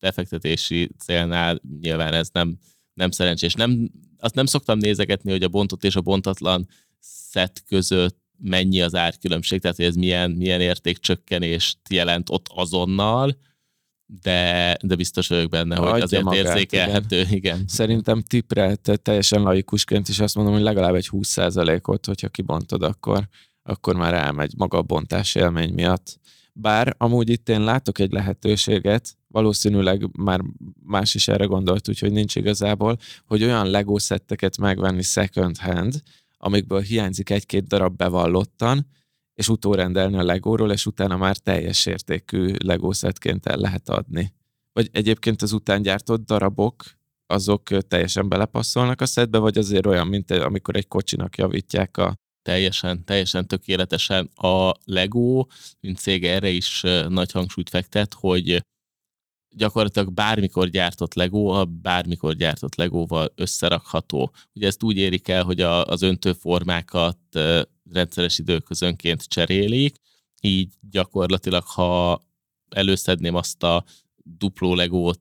befektetési célnál nyilván ez nem szerencsés. Azt nem szoktam nézegetni, hogy a bontott és a bontatlan szett között mennyi az árkülönbség, tehát hogy ez milyen értékcsökkenést jelent ott azonnal, de biztos vagyok benne, hogy Adja azért magát, érzékelhető. Igen. Szerintem tippre, teljesen laikusként is azt mondom, hogy legalább egy 20%-ot, hogyha kibontod, akkor már elmegy maga a bontás élmény miatt. Bár amúgy itt én látok egy lehetőséget, valószínűleg már más is erre gondolt, úgyhogy nincs igazából, hogy olyan Lego szetteket megvenni second hand, amikből hiányzik egy-két darab bevallottan, és utórendelni a Legóról, és utána már teljes értékű Lego szettként el lehet adni. Vagy egyébként az utángyártott darabok, azok teljesen belepasszolnak a szettbe, vagy azért olyan, mint amikor egy kocsinak javítják a... Teljesen tökéletesen. A Lego, mint cég erre is nagy hangsúlyt fektet, hogy gyakorlatilag bármikor gyártott Lego, a bármikor gyártott Legóval összerakható. Ugye ezt úgy érik el, hogy az öntőformákat rendszeres időközönként cserélik, így gyakorlatilag, ha előszedném azt a dupló Legót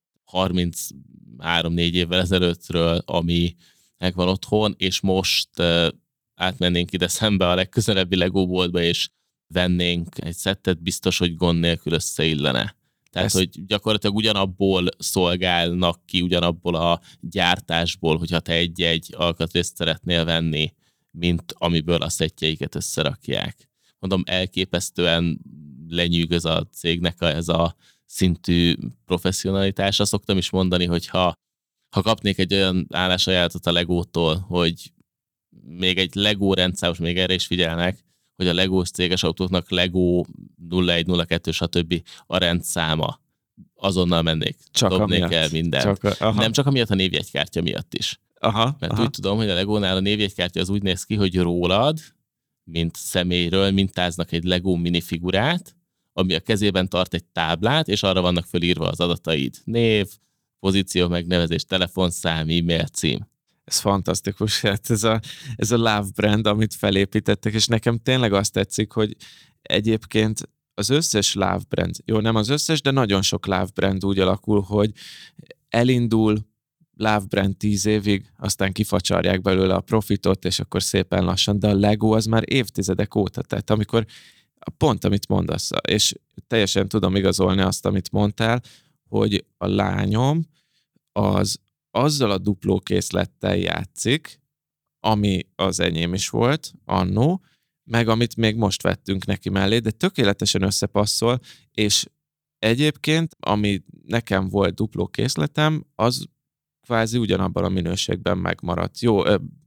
33-4 évvel ezelőttről, ami megvan otthon, és most átmennénk ide szembe a legközelebbi Lego boltba, és vennénk egy szettet, biztos, hogy gond nélkül összeillene. Tehát, hogy gyakorlatilag ugyanabból szolgálnak ki, ugyanabból a gyártásból, hogyha te egy-egy alkatrészt szeretnél venni, mint amiből a szettjeiket összerakják. Mondom, elképesztően lenyűgöz a cégnek ez a szintű professzionalitása. Szoktam is mondani, hogy ha kapnék egy olyan állásajánlatot a Legótól, hogy még egy Lego rendszámos, még erre is figyelnek, hogy a Legós céges autóknak Lego 01, 02, stb. A rendszáma. Azonnal mennék. Dobnék el mindent. Nem csak amiatt a névjegykártya miatt is. Mert úgy tudom, hogy a Legónál a névjegykártya az úgy néz ki, hogy rólad, mint személyről mintáznak egy Lego minifigurát, ami a kezében tart egy táblát, és arra vannak fölírva az adataid. Név, pozíció, megnevezés, telefonszám, e-mail cím. Ez fantasztikus, hát ez a Love brand, amit felépítettek, és nekem tényleg azt tetszik, hogy egyébként az összes Love brand, jó, nem az összes, de nagyon sok Love brand úgy alakul, hogy elindul Love brand 10 évig, aztán kifacsarják belőle a profitot, és akkor szépen lassan, de a Lego az már évtizedek óta, tehát amikor pont amit mondasz, és teljesen tudom igazolni azt, amit mondtál, hogy a lányom az azzal a duplókészlettel játszik, ami az enyém is volt annó, meg amit még most vettünk neki mellé, de tökéletesen összepasszol, és egyébként, ami nekem volt duplókészletem, az kvázi ugyanabban a minőségben megmaradt. Jó,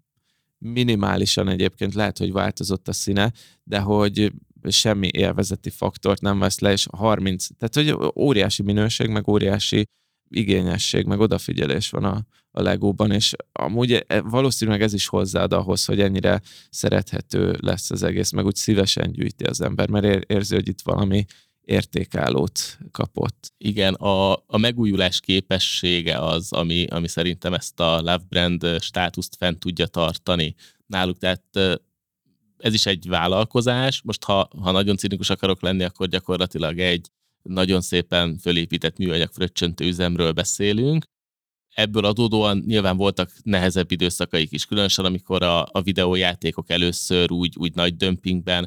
minimálisan egyébként lehet, hogy változott a színe, de hogy semmi élvezeti faktort nem vesz le, és 30, tehát hogy óriási minőség, meg óriási igényesség, meg odafigyelés van a Legóban, és amúgy valószínűleg ez is hozzáad ahhoz, hogy ennyire szerethető lesz az egész, meg úgy szívesen gyűjti az ember, mert érzi, hogy itt valami értékállót kapott. Igen, a megújulás képessége az, ami szerintem ezt a Love Brand státuszt fent tudja tartani náluk, tehát ez is egy vállalkozás. Most, ha nagyon cinikus akarok lenni, akkor gyakorlatilag egy nagyon szépen fölépített műanyag fröccsöntő üzemről beszélünk. Ebből adódóan nyilván voltak nehezebb időszakaik is, különösen amikor a videójátékok először úgy nagy dömpingben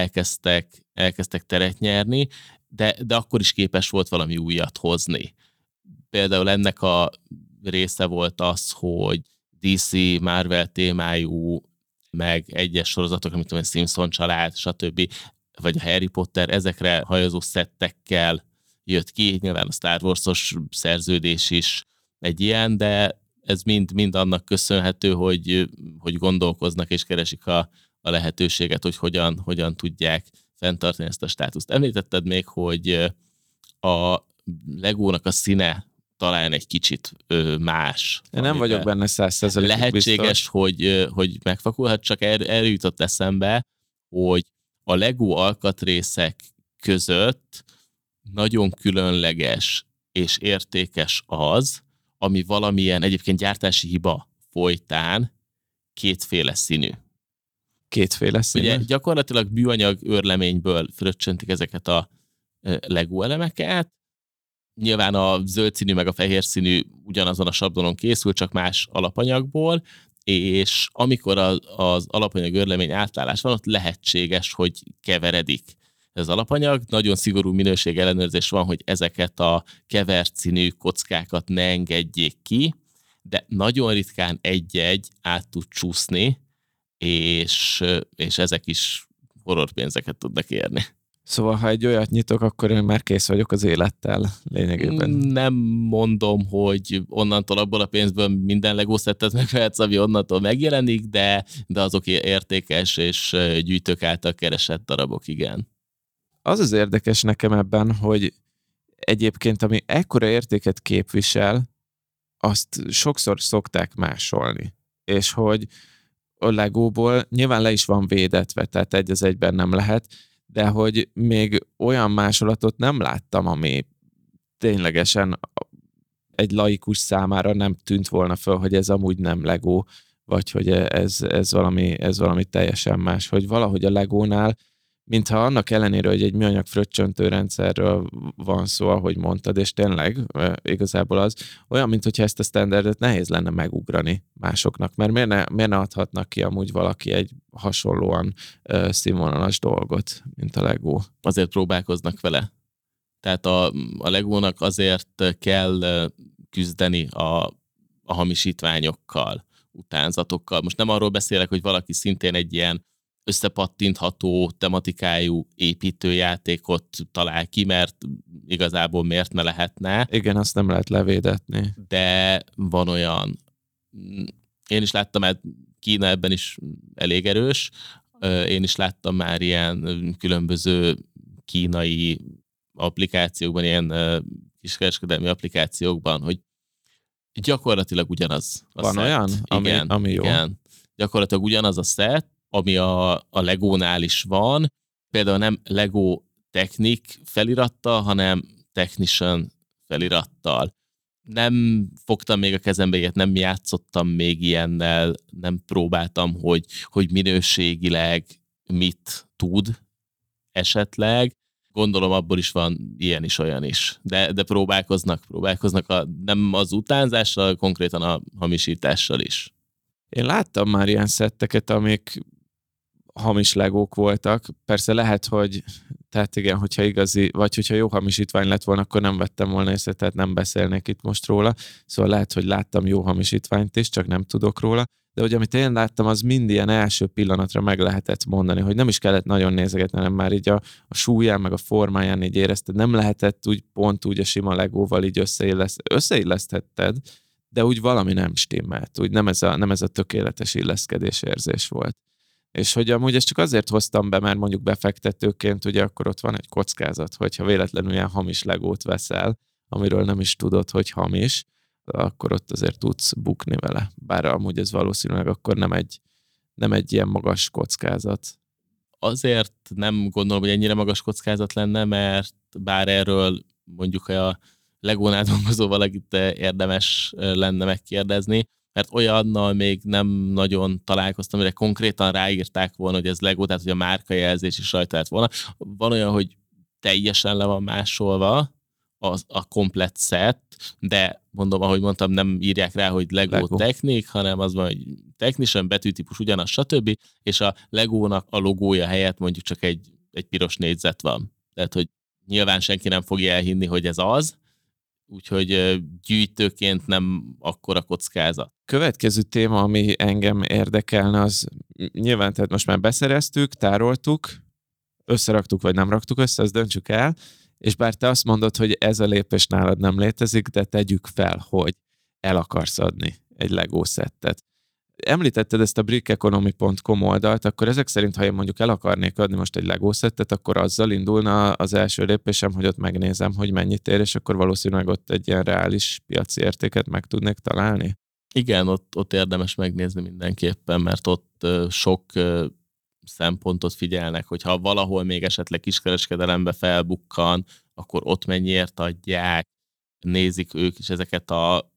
elkezdtek teret nyerni, de akkor is képes volt valami újat hozni. Például ennek a része volt az, hogy DC, Marvel témájú, meg egyes sorozatok, amit tudom, Simpson család, stb., vagy a Harry Potter, ezekre hajazó szettekkel jött ki, nyilván a Star Wars-os szerződés is egy ilyen, de ez mind annak köszönhető, hogy gondolkoznak és keresik a lehetőséget, hogy hogyan tudják fenntartani ezt a státuszt. Említetted még, hogy a Legónak a színe talán egy kicsit más. Én nem vagyok benne 100%-ig lehetséges, hogy megfakulhat, csak erre jutott eszembe, hogy a Lego alkatrészek között nagyon különleges és értékes az, ami valamilyen egyébként gyártási hiba folytán kétféle színű. Kétféle színű? Ugye gyakorlatilag műanyag őrleményből fröccsöntik ezeket a Lego elemeket, Nyilván a zöld színű meg a fehér színű ugyanazon a sablonon készül, csak más alapanyagból, és amikor az alapanyag örlemény átállás van, ott lehetséges, hogy keveredik az alapanyag. Nagyon szigorú minőség ellenőrzés van, hogy ezeket a kevert színű kockákat ne engedjék ki, de nagyon ritkán egy-egy át tud csúszni, és ezek is horrorpénzeket tudnak érni. Szóval, ha egy olyat nyitok, akkor én már kész vagyok az élettel lényegében. Nem mondom, hogy onnantól abból a pénzből minden Lego szettet megvehetsz, ami onnantól megjelenik, de azok értékes és gyűjtők által keresett darabok, igen. Az az érdekes nekem ebben, hogy egyébként, ami ekkora értéket képvisel, azt sokszor szokták másolni. És hogy a Legóból nyilván le is van védetve, tehát egy az egyben nem lehet, de hogy még olyan másolatot nem láttam, ami ténylegesen egy laikus számára nem tűnt volna föl, hogy ez amúgy nem Lego, vagy hogy ez valami teljesen más. Hogy valahogy a Legónál, mintha annak ellenére, hogy egy műanyag fröccsöntő rendszerről van szó, ahogy mondtad, és tényleg igazából az, olyan, mintha ezt a standardet nehéz lenne megugrani másoknak, mert miért ne adhatnak ki amúgy valaki egy hasonlóan színvonalas dolgot, mint a Lego. Azért próbálkoznak vele. Tehát a Legónak azért kell küzdeni a hamisítványokkal, utánzatokkal. Most nem arról beszélek, hogy valaki szintén egy ilyen összepattintható tematikájú építőjátékot talál ki, mert igazából miért ne lehetne. Igen, azt nem lehet levédetni. De van olyan, én is láttam, mert Kína ebben is elég erős, én is láttam már ilyen különböző kínai applikációkban, ilyen kiskereskedelmi applikációkban, hogy gyakorlatilag ugyanaz a van szett. olyan, ami jó. Igen. Gyakorlatilag ugyanaz a szett, ami a Legónál is van, például nem Lego Technic felirattal, hanem Technician felirattal. Nem fogtam még a kezembe ilyet, nem játszottam még ilyennel, nem próbáltam, hogy minőségileg mit tud esetleg. Gondolom abból is van ilyen is, olyan is. De próbálkoznak nem az utánzással, konkrétan a hamisítással is. Én láttam már ilyen szetteket, amik hamis Legók voltak. Persze lehet, hogy tehát igen, hogyha igazi, vagy hogyha jó hamisítvány lett volna, akkor nem vettem volna észre, tehát nem beszélnék itt most róla. Szóval lehet, hogy láttam jó hamisítványt is, csak nem tudok róla. De hogy amit én láttam, az mind ilyen első pillanatra meg lehetett mondani, hogy nem is kellett nagyon nézegetni, hanem már így a súlyán, meg a formáján így érezted. Nem lehetett úgy pont úgy a sima Legóval így összeilleszthetted, de úgy valami nem stimmelt. Úgy nem ez a tökéletes illeszkedés érzés volt. És hogy amúgy ezt csak azért hoztam be, mert mondjuk befektetőként ugye akkor ott van egy kockázat, hogyha véletlenül ilyen hamis Legót veszel, amiről nem is tudod, hogy hamis, akkor ott azért tudsz bukni vele. Bár amúgy ez valószínűleg akkor nem egy ilyen magas kockázat. Azért nem gondolom, hogy ennyire magas kockázat lenne, mert bár erről mondjuk a Legónál dolgozó valakit érdemes lenne megkérdezni, mert olyannal még nem nagyon találkoztam, amire konkrétan ráírták volna, hogy ez Lego, tehát hogy a márkajelzés is rajta lett volna. Van olyan, hogy teljesen le van másolva a komplett szett, de mondom, ahogy mondtam, nem írják rá, hogy Lego. Technic, hanem az van, hogy Technician, betűtípus ugyanaz, stb. És a Legónak a logója helyett mondjuk csak egy piros négyzet van. Tehát, hogy nyilván senki nem fogja elhinni, hogy ez az, úgyhogy gyűjtőként nem akkora kockázat. Következő téma, ami engem érdekelne, az nyilván, tehát most már beszereztük, tároltuk, összeraktuk, vagy nem raktuk össze, azt döntsük el, és bár te azt mondod, hogy ez a lépés nálad nem létezik, de tegyük fel, hogy el akarsz adni egy Lego szettet. Említetted ezt a brickeconomy.com oldalt, akkor ezek szerint, ha én mondjuk el akarnék adni most egy Lego szettet, akkor azzal indulna az első lépésem, hogy ott megnézem, hogy mennyit ér, és akkor valószínűleg ott egy ilyen reális piaci értéket meg tudnék találni? Igen, ott érdemes megnézni mindenképpen, mert ott sok szempontot figyelnek, hogyha valahol még esetleg kiskereskedelembe felbukkan, akkor ott mennyiért adják, nézik ők is ezeket a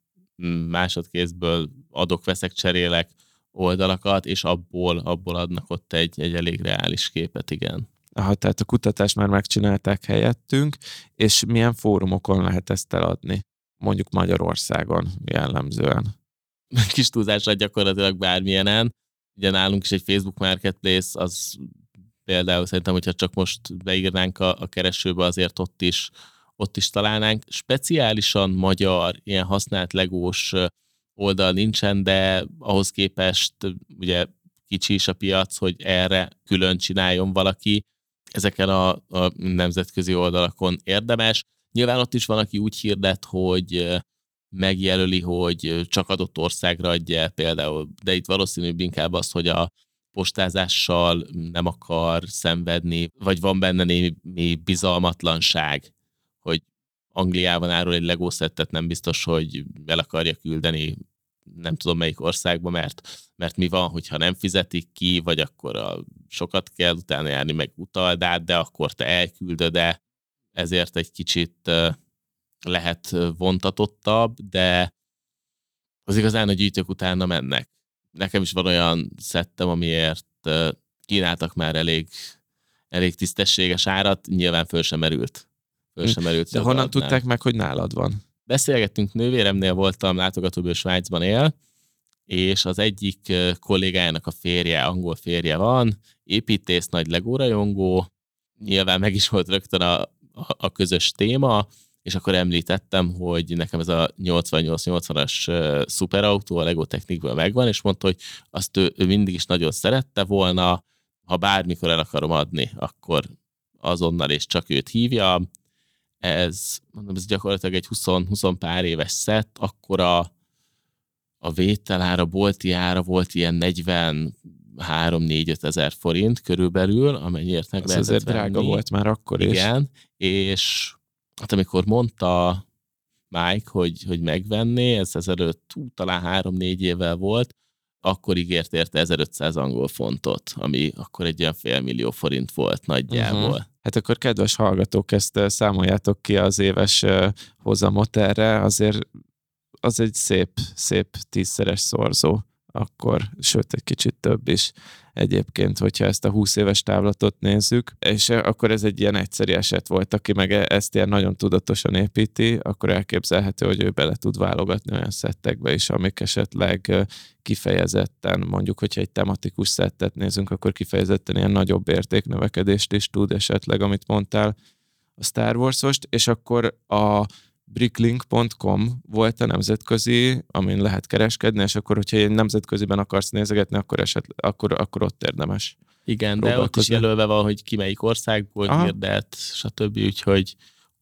másodkézből adok-veszek, cserélek oldalakat, és abból adnak ott egy elég reális képet, igen. Aha, tehát a kutatást már megcsinálták helyettünk, és milyen fórumokon lehet ezt eladni? Mondjuk Magyarországon jellemzően. Kis túlzásra gyakorlatilag bármilyenen. Ugye nálunk is egy Facebook Marketplace, az például szerintem, hogyha csak most beírnánk a keresőbe, azért ott is találnánk. Speciálisan magyar, ilyen használt legós oldal nincsen, de ahhoz képest ugye kicsi is a piac, hogy erre külön csináljon valaki. Ezeken a nemzetközi oldalakon érdemes. Nyilván ott is van, aki úgy hirdet, hogy megjelöli, hogy csak adott országra adja például, de itt valószínűbb inkább az, hogy a postázással nem akar szenvedni, vagy van benne némi bizalmatlanság, hogy Angliában árul egy Lego szettet, nem biztos, hogy el akarja küldeni nem tudom melyik országba, mert mi van, hogyha nem fizetik ki, vagy akkor sokat kell utána járni, meg utald át, de akkor te elküldöd, de ezért egy kicsit lehet vontatottabb, de az igazán a gyűjtők utána mennek. Nekem is van olyan szettem, amiért kínáltak már elég tisztességes árat, nyilván föl sem merült. De honnan tudták meg, hogy nálad van? Beszélgettünk, nővéremnél voltam, látogatóből Svájcban él, és az egyik kollégájának a férje, angol férje van, építész, nagy Lego rajongó, nyilván meg is volt rögtön a közös téma, és akkor említettem, hogy nekem ez a 88-80-as szuperautó a Lego Technikből megvan, és mondta, hogy azt ő mindig is nagyon szerette volna, ha bármikor el akarom adni, akkor azonnal és csak őt hívja. Ez gyakorlatilag egy 20 pár éves szett, akkor a vételára, bolti ára volt ilyen 43-4-5 ezer forint körülbelül, amennyiért meg lehetett azért drága volt már akkor is. Igen, és hát amikor mondta Mike, hogy megvenné, ez ezelőtt talán 3-4 évvel volt, akkor ígért érte 1500 angol fontot, ami akkor egy olyan $500 000 forint volt nagyjából. Uh-huh. Hát akkor kedves hallgatók, ezt számoljátok ki az éves hozamot erre, azért az egy szép 10-szeres szorzó, akkor, sőt egy kicsit több is egyébként, hogyha ezt a 20 éves távlatot nézzük, és akkor ez egy ilyen egyszeri eset volt, aki meg ezt ilyen nagyon tudatosan építi, akkor elképzelhető, hogy ő bele tud válogatni olyan szettekbe is, amik esetleg kifejezetten, mondjuk, hogyha egy tematikus szettet nézünk, akkor kifejezetten ilyen nagyobb értéknövekedést is tud esetleg, amit mondtál a Star Wars-ost, és akkor a bricklink.com volt a nemzetközi, amin lehet kereskedni, és akkor, hogyha egy nemzetköziben akarsz nézegetni, akkor ott érdemes. Igen, de ott is jelölve van, hogy ki melyik országból hirdet, stb. Úgyhogy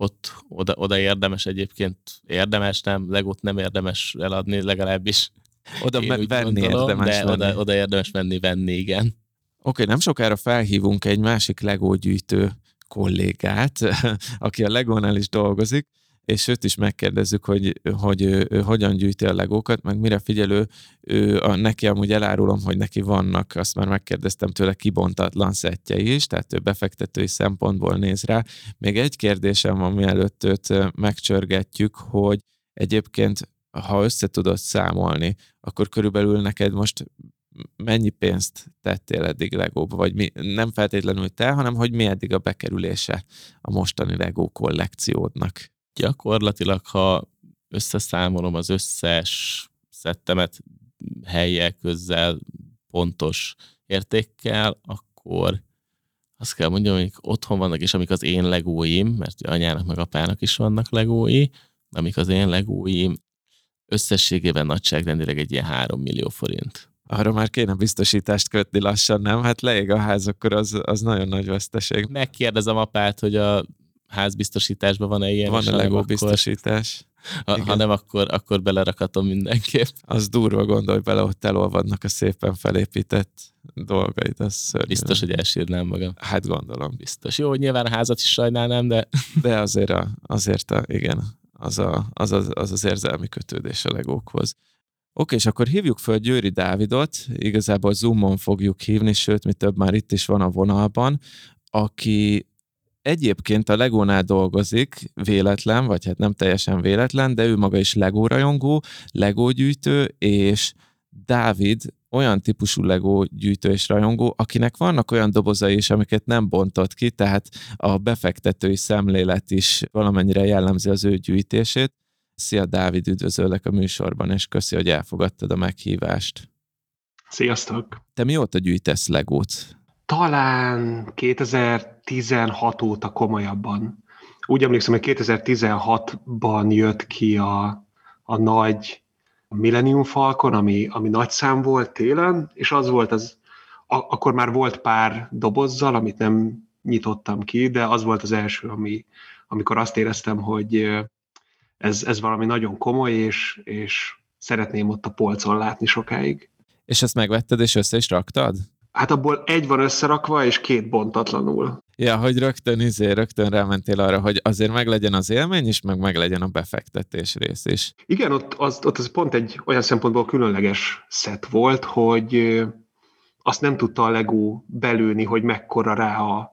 oda érdemes egyébként, nem, Legót nem érdemes eladni, legalábbis oda venni érdemes de oda érdemes venni, igen. Oké, nem sokára felhívunk egy másik Lego gyűjtő kollégát, aki a Legónál is dolgozik, és őt is megkérdezzük, hogy ő hogyan gyűjti a legókat, meg mire figyelő, neki amúgy elárulom, hogy neki vannak, azt már megkérdeztem tőle, kibontatlan szettjei is, tehát ő befektetői szempontból néz rá. Még egy kérdésem van, mielőtt őt megcsörgetjük, hogy egyébként, ha össze tudod számolni, akkor körülbelül neked most mennyi pénzt tettél eddig Legóba, vagy nem feltétlenül te, hanem hogy mi eddig a bekerülése a mostani Lego kollekciódnak? Gyakorlatilag, ha összeszámolom az összes szettemet hellyel, közzel, pontos értékkel, akkor azt kell mondjam, amik otthon vannak, és amik az én legóim, mert anyának meg apának is vannak legói, amik az én legóim, összességében nagyságrendileg egy ilyen 3 millió forint. Arra már kéne biztosítást kötni lassan, nem? Hát leég a ház, akkor az nagyon nagy veszteség. Megkérdezem apát, hogy a házbiztosításban van-e ilyen? Van a Lego biztosítás. Ha nem, akkor belerakatom mindenképp. Az durva, gondolj bele, ott elolvadnak a szépen felépített dolgaid. Az szörnyű. Biztos, hogy elsírnám magam. Hát gondolom. Biztos. Jó, hogy nyilván a házat is sajnálnám, de... De azért igen, az érzelmi kötődés a Legókhoz. Oké, és akkor hívjuk föl Győri Dávidot, igazából Zoomon fogjuk hívni, sőt, mi több már itt is van a vonalban, aki egyébként a Legónál dolgozik, véletlen, vagy hát nem teljesen véletlen, de ő maga is Lego rajongó, Lego gyűjtő, és Dávid olyan típusú Lego gyűjtő és rajongó, akinek vannak olyan dobozai is, amiket nem bontott ki, tehát a befektetői szemlélet is valamennyire jellemzi az ő gyűjtését. Szia Dávid, üdvözöllek a műsorban, és köszi, hogy elfogadtad a meghívást. Sziasztok! Te mióta gyűjtesz Legót? Talán 2016 óta komolyabban. Úgy emlékszem, hogy 2016-ban jött ki a nagy Millennium Falcon, ami nagy szám volt télen, és az volt akkor már volt pár dobozzal, amit nem nyitottam ki, de az volt az első, amikor azt éreztem, hogy ez valami nagyon komoly, és szeretném ott a polcon látni sokáig. És ezt megvetted, és össze is raktad? Hát abból egy van összerakva, és 2 bontatlanul. Ja, hogy rögtön rámentél arra, hogy azért meglegyen az élmény is, meg legyen a befektetés rész is. Igen, ott az pont egy olyan szempontból különleges szett volt, hogy azt nem tudta a Lego belőni, hogy mekkora rá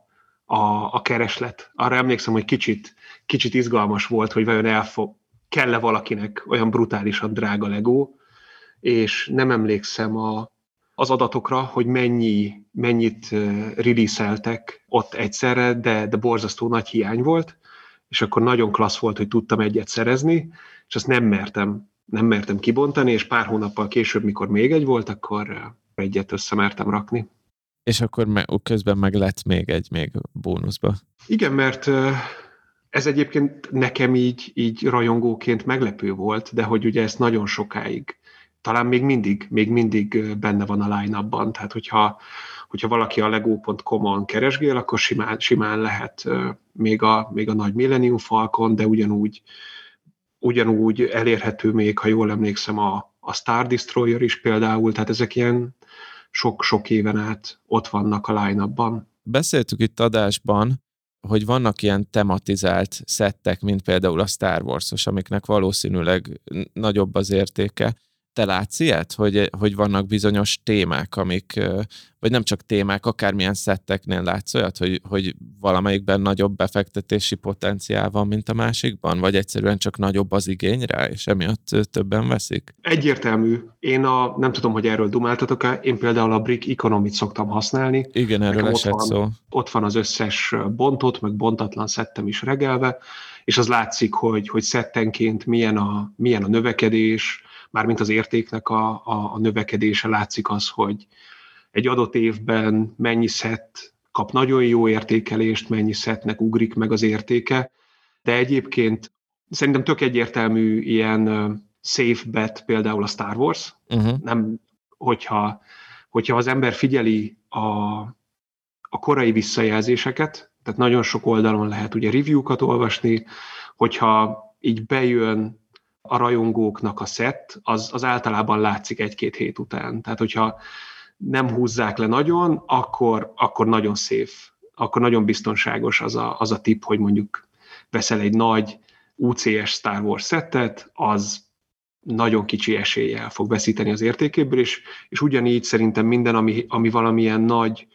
a kereslet. Arra emlékszem, hogy kicsit izgalmas volt, hogy vajon kell-e valakinek olyan brutálisan drága Lego, és nem emlékszem az adatokra, hogy mennyit release-eltek ott egyszerre, de borzasztó nagy hiány volt, és akkor nagyon klassz volt, hogy tudtam egyet szerezni, és azt nem mertem kibontani, és pár hónappal később, mikor még egy volt, akkor egyet összemertem rakni. És akkor közben meg lett még bónuszba. Igen, mert ez egyébként nekem így rajongóként meglepő volt, de hogy ugye ezt nagyon sokáig, talán még mindig benne van a line-upban, tehát hogyha valaki a lego.com-on keresgél, akkor simán lehet még a nagy Millennium Falcon, de ugyanúgy elérhető még, ha jól emlékszem, a Star Destroyer is például, tehát ezek ilyen sok éven át ott vannak a line-upban. Beszéltük itt adásban, hogy vannak ilyen tematizált szettek, mint például a Star Wars-os, amiknek valószínűleg nagyobb az értéke. Te látsz ilyet, hogy vannak bizonyos témák, vagy nem csak témák, akármilyen szetteknél látsz olyat, hogy valamelyikben nagyobb befektetési potenciál van, mint a másikban, vagy egyszerűen csak nagyobb az igény rá, és emiatt többen veszik? Egyértelmű. Én nem tudom, hogy erről dumáltatok-e, én például a Brick Economit szoktam használni. Igen, erről esett szó. Ott van az összes bontott, meg bontatlan szettem is regelve, és az látszik, hogy szettenként milyen a növekedés, mármint az értéknek a növekedése, látszik az, hogy egy adott évben mennyi szett kap nagyon jó értékelést, mennyi szettnek ugrik meg az értéke, de egyébként szerintem tök egyértelmű ilyen safe bet például a Star Wars. Nem, hogyha az ember figyeli a korai visszajelzéseket, tehát nagyon sok oldalon lehet ugye review-kat olvasni, hogyha így bejön a rajongóknak a szett, az általában látszik 1-2 hét után. Tehát, hogyha nem húzzák le nagyon, akkor nagyon safe, akkor nagyon biztonságos az a tipp, hogy mondjuk veszel egy nagy UCS Star Wars szettet, az nagyon kicsi eséllyel fog veszíteni az értékéből, és ugyanígy szerintem minden, ami valamilyen nagy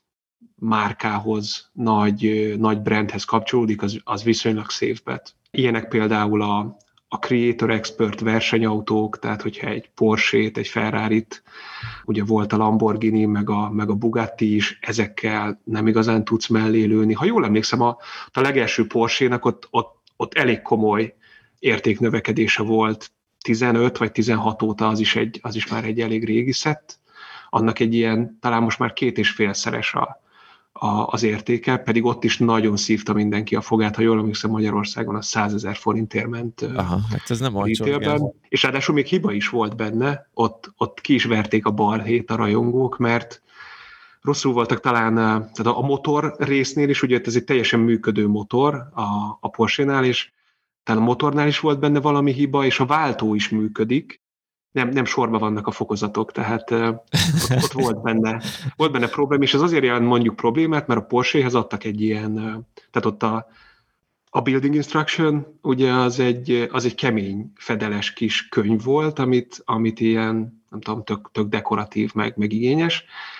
márkához, nagy brandhez kapcsolódik, az viszonylag safe bet. Ilyenek például a Creator Expert versenyautók, tehát hogyha egy Porsche-t, egy Ferrarit, ugye volt a Lamborghini, meg a Bugatti is, ezekkel nem igazán tudsz mellé lőni. Ha jól emlékszem, a legelső Porsche-nak ott elég komoly értéknövekedése volt, 15 vagy 16 óta az is már egy elég régi szett. Annak egy ilyen, talán most már 2,5-szeres az értéke, pedig ott is nagyon szívta mindenki a fogát, ha jól emlékszem, Magyarországon a 100 000 forintért ment. Aha, hát ez nem olcsó. És ráadásul még hiba is volt benne, ott ki is verték a balhét a rajongók, mert rosszul voltak talán, tehát a motor résznél is, ugye ez egy teljesen működő motor a Porsche-nál, és talán a motornál is volt benne valami hiba, és a váltó is működik, nem sorban vannak a fokozatok, tehát ott volt benne probléma, és ez azért jelent mondjuk problémát, mert a Porsche-hez adtak egy ilyen, tehát ott a Building Instruction, ugye az egy kemény, fedeles kis könyv volt, amit ilyen, nem tudom, tök dekoratív, meg igényes,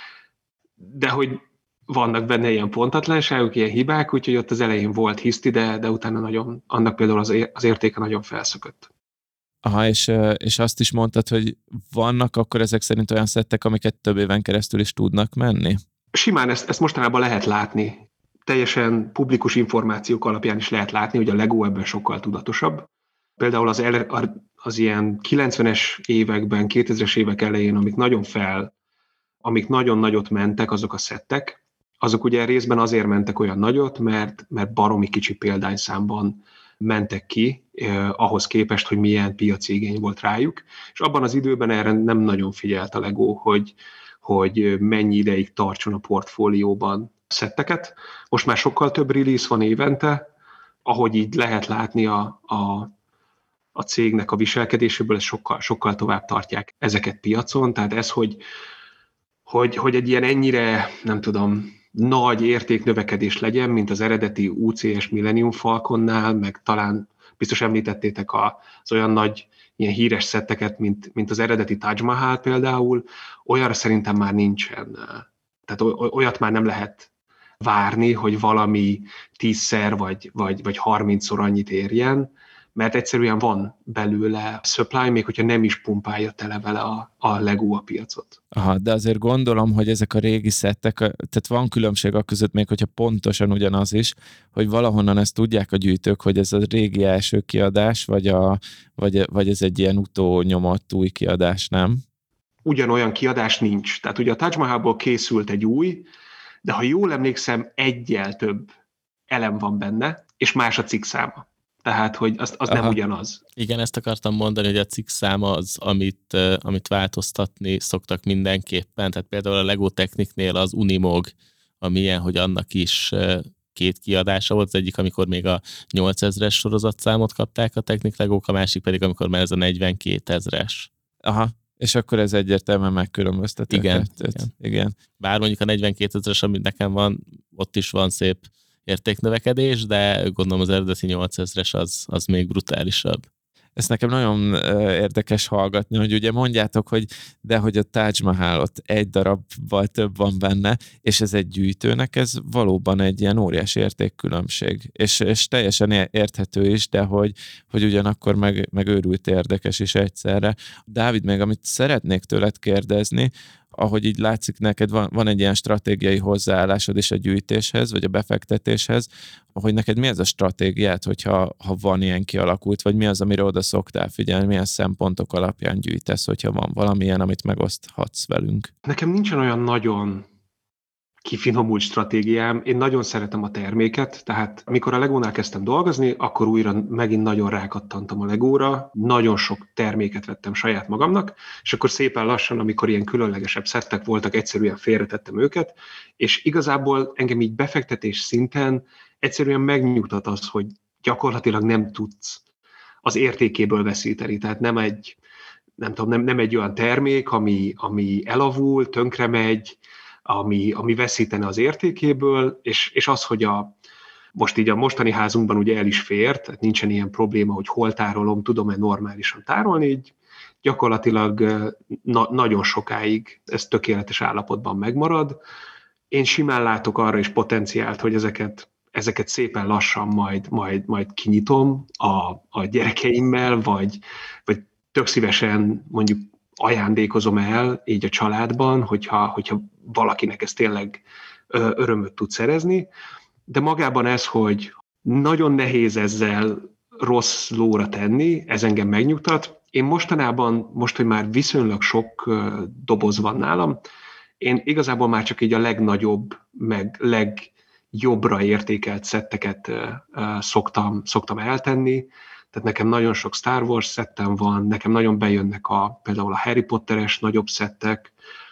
de hogy vannak benne ilyen pontatlanságok, ilyen hibák, úgyhogy ott az elején volt hiszti, de utána annak például az értéke nagyon felszökött. Aha, és azt is mondtad, hogy vannak akkor ezek szerint olyan szettek, amiket több éven keresztül is tudnak menni? Simán ezt mostanában lehet látni. Teljesen publikus információk alapján is lehet látni, hogy a Lego ebben sokkal tudatosabb. Például az ilyen 90-es években, 2000-es évek elején, amik nagyon nagyot mentek, azok a szettek, azok ugye részben azért mentek olyan nagyot, mert baromi kicsi példányszámban mentek ki, ahhoz képest, hogy milyen piaci igény volt rájuk. És abban az időben erre nem nagyon figyelt a Lego, hogy mennyi ideig tartson a portfólióban szetteket. Most már sokkal több release van évente, ahogy így lehet látni a cégnek a viselkedéséből, ezt sokkal tovább tartják ezeket piacon. Tehát ez, hogy egy ilyen ennyire, nem tudom, nagy értéknövekedés legyen, mint az eredeti UCS Millennium Falconnál, meg talán biztos említettétek az olyan nagy, ilyen híres szetteket, mint az eredeti Taj Mahal például, olyanra szerintem már nincsen. Tehát olyat már nem lehet várni, hogy valami 10-szer vagy 30-szor annyit érjen, mert egyszerűen van belőle supply, még hogyha nem is pumpálja tele vele a Lego a piacot. Aha, de azért gondolom, hogy ezek a régi szettek, tehát van különbség a között, még hogyha pontosan ugyanaz is, hogy valahonnan ezt tudják a gyűjtők, hogy ez a régi első kiadás, vagy ez egy ilyen utónyomott új kiadás, nem? Ugyanolyan kiadás nincs. Tehát ugye a Taj Mahalból készült egy új, de ha jól emlékszem, egyel több elem van benne, és más a cikkszáma. Tehát, hogy az nem ugyanaz. Igen, ezt akartam mondani, hogy a cikkszáma az, amit változtatni szoktak mindenképpen. Tehát például a Lego Technicnél az Unimog, ami ilyen, hogy annak is 2 kiadása volt. Az egyik, amikor még a 8000-es sorozatszámot kapták a Technic Legók, a másik pedig, amikor már ez a 42 000-es. Aha, és akkor ez egyértelműen megkülönböztető. Igen. Bár mondjuk a 42 000-es, amit nekem van, ott is van szép értéknövekedés, de gondolom az eredeti 8000-es az még brutálisabb. Ez nekem nagyon érdekes hallgatni, hogy ugye mondjátok, hogy a Taj Mahal ott egy darabbal több van benne, és ez egy gyűjtőnek, ez valóban egy ilyen óriási értékkülönbség. És teljesen érthető is, de hogy ugyanakkor meg őrült érdekes is egyszerre. Dávid, még amit szeretnék tőled kérdezni, ahogy így látszik, neked van egy ilyen stratégiai hozzáállásod is a gyűjtéshez, vagy a befektetéshez, hogy neked mi ez a stratégiát, hogyha van ilyen kialakult, vagy mi az, amire oda szoktál figyelni, milyen szempontok alapján gyűjtesz, hogyha van valamilyen, amit megoszthatsz velünk? Nekem nincsen olyan nagyon kifinomult stratégiám. Én nagyon szeretem a terméket, tehát amikor a Legónál kezdtem dolgozni, akkor újra megint nagyon rákattantam a Legóra, nagyon sok terméket vettem saját magamnak, és akkor szépen lassan, amikor ilyen különlegesebb szettek voltak, egyszerűen félretettem őket, és igazából engem így befektetés szinten egyszerűen megnyugtat az, hogy gyakorlatilag nem tudsz az értékéből veszíteni, tehát nem egy olyan termék, ami elavul, tönkre megy, ami veszítene az értékéből, és az, hogy most így a mostani házunkban ugye el is fér, tehát nincsen ilyen probléma, hogy hol tárolom, tudom-e normálisan tárolni, így gyakorlatilag nagyon sokáig ez tökéletes állapotban megmarad. Én simán látok arra is potenciált, hogy ezeket szépen lassan majd kinyitom a gyerekeimmel, vagy tök szívesen mondjuk ajándékozom el így a családban, hogyha valakinek ez tényleg örömöt tud szerezni, de magában ez, hogy nagyon nehéz ezzel rossz lóra tenni, ez engem megnyugtat. Én mostanában, hogy már viszonylag sok doboz van nálam, én igazából már csak így a legnagyobb, meg legjobbra értékelt szetteket szoktam eltenni. Tehát nekem nagyon sok Star Wars szettem van, nekem nagyon bejönnek például a Harry Potteres nagyobb szettek,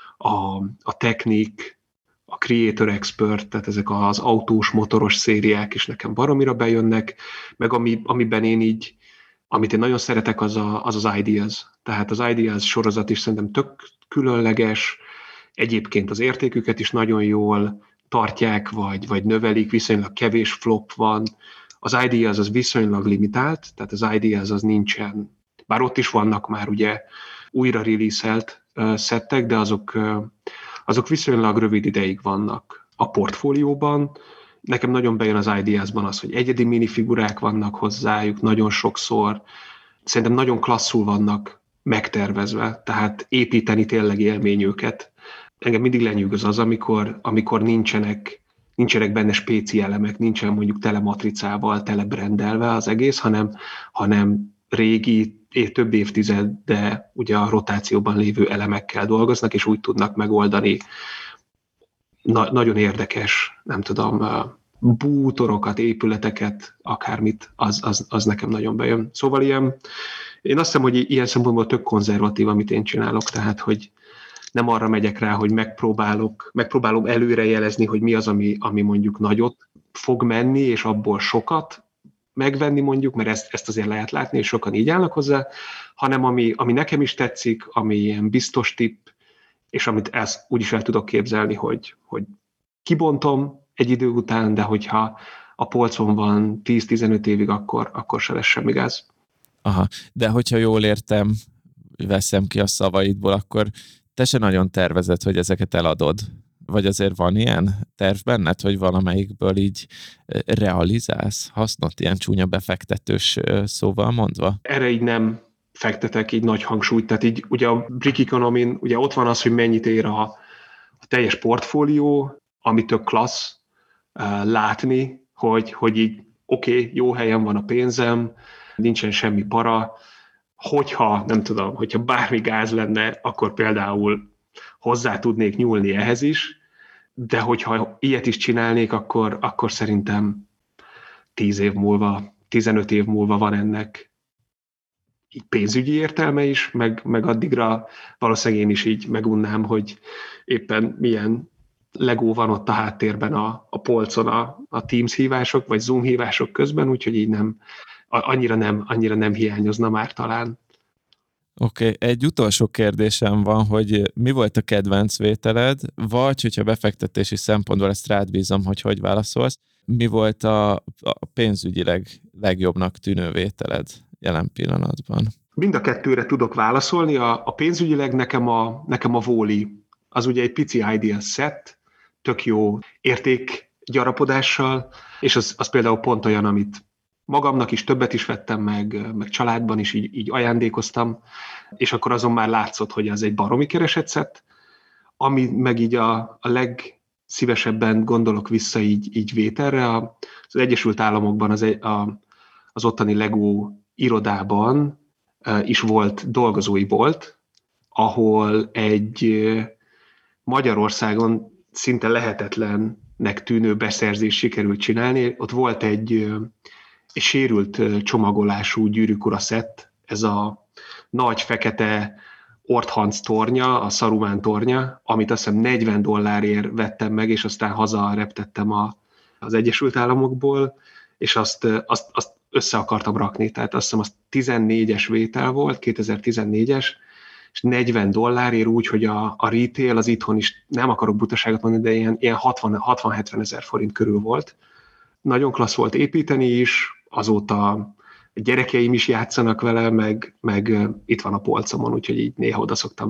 a Technic, a Creator Expert, tehát ezek az autós, motoros szériák is nekem baromira bejönnek, meg amit én nagyon szeretek, az Ideas. Tehát az Ideas sorozat is szerintem tök különleges, egyébként az értéküket is nagyon jól tartják, vagy növelik, viszonylag kevés flop van. Az Ideas az viszonylag limitált, tehát az Ideas az nincsen, bár ott is vannak már ugye újra release-elt szettek, de azok viszonylag rövid ideig vannak a portfólióban. Nekem nagyon bejön az Ideasban az, hogy egyedi minifigurák vannak hozzájuk nagyon sokszor, szerintem nagyon klasszul vannak megtervezve, tehát építeni tényleg élmény őket. Engem mindig lenyűgöz az, amikor nincsenek benne spéci elemek, nincsen mondjuk telematricával, telebrendelve az egész, hanem régi, több évtizede ugye a rotációban lévő elemekkel dolgoznak, és úgy tudnak megoldani nagyon érdekes, nem tudom, bútorokat, épületeket, akármit, az nekem nagyon bejön. Szóval én azt hiszem, hogy ilyen szempontból tök konzervatív, amit én csinálok, tehát, hogy nem arra megyek rá, hogy megpróbálom előrejelezni, hogy mi az, ami mondjuk nagyot fog menni, és abból sokat megvenni mondjuk, mert ezt azért lehet látni, és sokan így állnak hozzá, hanem ami nekem is tetszik, ami ilyen biztos tipp, és amit ezt úgy is el tudok képzelni, hogy kibontom egy idő után, de hogyha a polcon van 10-15 évig, akkor se lesz semmi gáz. Aha, de hogyha jól értem, veszem ki a szavaidból, akkor te se nagyon tervezed, hogy ezeket eladod? Vagy azért van ilyen terv benned, hogy valamelyikből így realizálsz hasznot, ilyen csúnya befektetős szóval mondva? Erre így nem fektetek így nagy hangsúlyt, tehát így ugye a Brick Economy-n ugye ott van az, hogy mennyit ér a teljes portfólió, ami tök klassz látni, hogy így oké, jó helyen van a pénzem, nincsen semmi para, hogyha bármi gáz lenne, akkor például hozzá tudnék nyúlni ehhez is, de hogyha ilyet is csinálnék, akkor szerintem 10 év múlva, 15 év múlva van ennek így pénzügyi értelme is, meg addigra valószínűleg én is így megunnám, hogy éppen milyen Lego van ott a háttérben a polcon a Teams hívások, vagy Zoom hívások közben, úgyhogy így annyira nem hiányozna már talán. Oké, egy utolsó kérdésem van, hogy mi volt a kedvenc vételed, vagy hogyha befektetési szempontból ezt rád bízom, hogy válaszolsz, mi volt a pénzügyileg legjobbnak tűnő vételed jelen pillanatban? Mind a kettőre tudok válaszolni. A pénzügyileg nekem a Voli, az ugye egy pici ideal set, tök jó értékgyarapodással, és az például pont olyan, amit magamnak is többet is vettem, meg családban is így ajándékoztam, és akkor azon már látszott, hogy az egy baromi keresett szett, ami meg így a legszívesebben gondolok vissza így vételre. Az Egyesült Államokban az ottani Lego irodában is volt dolgozói bolt, ahol egy Magyarországon szinte lehetetlennek tűnő beszerzést sikerült csinálni. Ott volt egy sérült csomagolású gyűrűk szett, ez a nagy fekete Orthanc tornya, a Saruman tornya, amit azt hiszem $40 vettem meg, és aztán haza reptettem az Egyesült Államokból, és azt össze akartam rakni, tehát azt hiszem az 14-es vétel volt, 2014-es, és $40 úgy, hogy a retail az itthon is, nem akarok butaságot mondani, de ilyen 60-70 ezer forint körül volt. Nagyon klassz volt építeni is, azóta a gyerekeim is játszanak vele, meg itt van a polcomon, úgyhogy így néha oda szoktam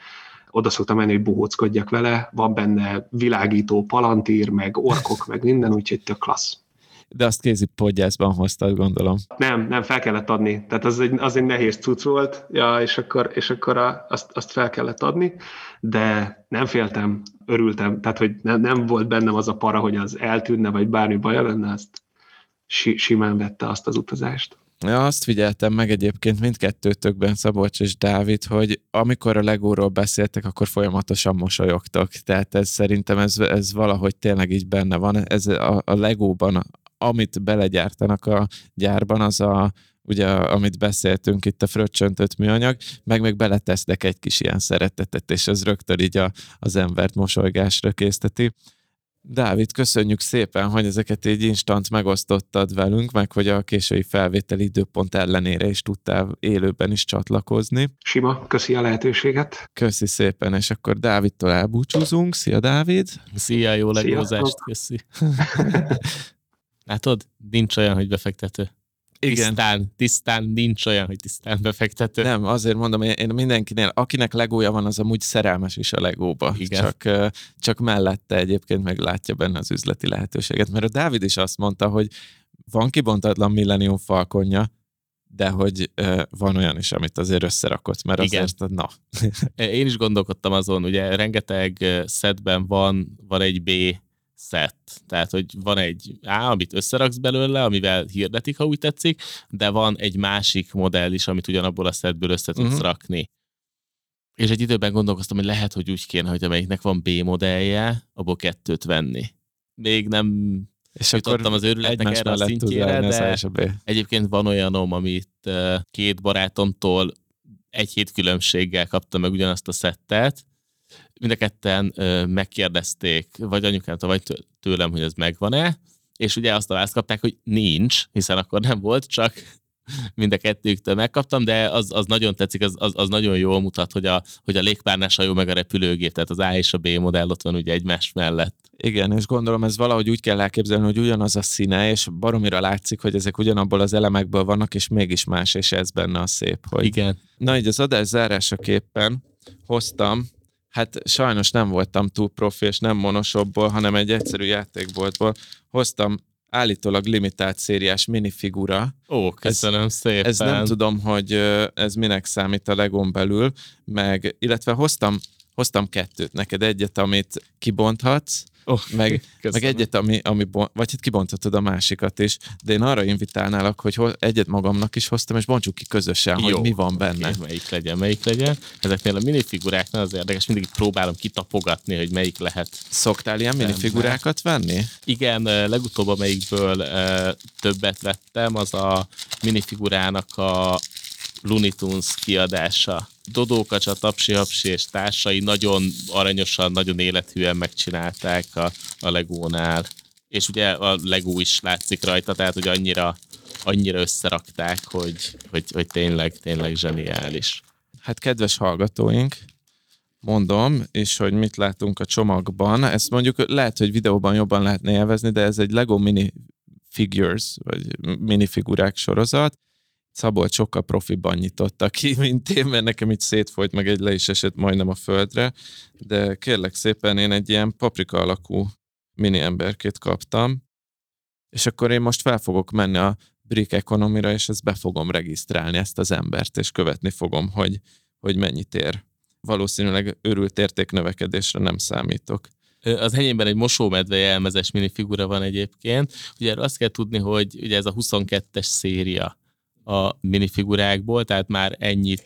menni, hogy bohóckodjak vele. Van benne világító palantír, meg orkok, meg minden, úgyhogy tök klassz. De azt kézi podgyászban hoztad, gondolom. Nem, fel kellett adni. Tehát az egy nehéz cucc volt, ja, és akkor azt fel kellett adni, de nem féltem, örültem. Tehát, hogy nem volt bennem az a para, hogy az eltűnne, vagy bármi baja lenne, azt simán vette azt az utazást. Ja, azt figyeltem meg egyébként mindkettőtökben, Szabolcs és Dávid, hogy amikor a Legóról beszéltek, akkor folyamatosan mosolyogtok. Tehát szerintem ez valahogy tényleg így benne van. Ez a Legóban, amit belegyártanak a gyárban, az ugye, amit beszéltünk itt, a fröccsöntött műanyag, meg beletesznek egy kis ilyen szeretetet, és ez rögtön így az embert mosolygásra készteti. Dávid, köszönjük szépen, hogy ezeket így instant megosztottad velünk, meg hogy a késői felvételi időpont ellenére is tudtál élőben is csatlakozni. Sima, köszi a lehetőséget. Köszi szépen, és akkor Dávidtól elbúcsúzunk. Szia, Dávid! Szia, jó legózást, köszi. Látod? Nincs olyan, hogy befektető. Igen. Tisztán nincs olyan, hogy tisztán befektető. Nem, azért mondom, én mindenkinél, akinek Legója van, az amúgy szerelmes is a Legóba. Csak mellette egyébként meglátja benne az üzleti lehetőséget. Mert a Dávid is azt mondta, hogy van kibontatlan Millennium Falconja, de hogy van olyan is, amit azért összerakott, mert igen. Azért, na. Én is gondolkodtam azon, ugye rengeteg setben van egy B set, tehát hogy van egy A, amit összeraksz belőle, amivel hirdetik, ha úgy tetszik, de van egy másik modell is, amit ugyanabból a setből össze tudsz rakni. És egy időben gondolkoztam, hogy lehet, hogy úgy kéne, hogy amelyiknek van B modellje, abból 2 venni. Még nem és jutottam az őrületnek erre a szintjére, de egyébként van olyanom, amit 2 barátomtól 1 hét különbséggel kaptam meg ugyanazt a szettet. Mind a ketten megkérdezték, vagy anyukámtól, vagy tőlem, hogy ez megvan-e, és ugye azt a választ kapták, hogy nincs, hiszen akkor nem volt, csak mind a kettőktől megkaptam, de az nagyon tetszik, az nagyon jól mutat, hogy a légpárnás hajó meg a repülőgép, tehát az A és a B modell ott van ugye egymás mellett. Igen, és gondolom ez valahogy úgy kell elképzelni, hogy ugyanaz a színe, és baromira látszik, hogy ezek ugyanabból az elemekből vannak, és mégis más, és ez benne a szép. Hogy... Igen. Na így az adás zárásaképpen hoztam, hát sajnos nem voltam túl profi, és nem monoshopból, hanem egy egyszerű játékboltból hoztam állítólag limitált szériás minifigura. Ó, köszönöm szépen. Ez nem tudom, hogy ez minek számít a Legón belül, illetve hoztam 2 neked, egyet, amit kibonthatsz, meg egyet, vagy hát kibonthatod a másikat is, de én arra invitálnálak, hogy egyet magamnak is hoztam, és bontsuk ki közösen, hogy mi van benne. Melyik legyen. Ezeknél a minifiguráknál az érdekes, mindig próbálom kitapogatni, hogy melyik lehet. Szoktál ilyen minifigurákat venni? Igen, legutóbb, amelyikből többet vettem, az a minifigurának a Looney Tunes kiadása. Dodókacsa, Tapsi-Hapsi és társai nagyon aranyosan, nagyon élethűen megcsinálták a Legónál. És ugye a Legó is látszik rajta, tehát hogy annyira összerakták, hogy tényleg zseniális. Hát kedves hallgatóink, mondom, és hogy mit látunk a csomagban. Ezt mondjuk lehet, hogy videóban jobban lehetne élvezni, de ez egy Lego minifigures, vagy minifigurák sorozat. Szabolcs sokkal profibban nyitotta ki, mint én, mert nekem így szétfolyt, meg egy le is esett majdnem a földre, de kérlek szépen én egy ilyen paprika alakú mini emberkét kaptam, és akkor én most fel fogok menni a Brick Economy-ra, és ezt be fogom regisztrálni, ezt az embert, és követni fogom, hogy mennyit ér. Valószínűleg őrült értéknövekedésre nem számítok. Az enyémben egy mosómedve jelmezes minifigura van egyébként. Ugye azt kell tudni, hogy ugye ez a 22-es széria a minifigurákból, tehát már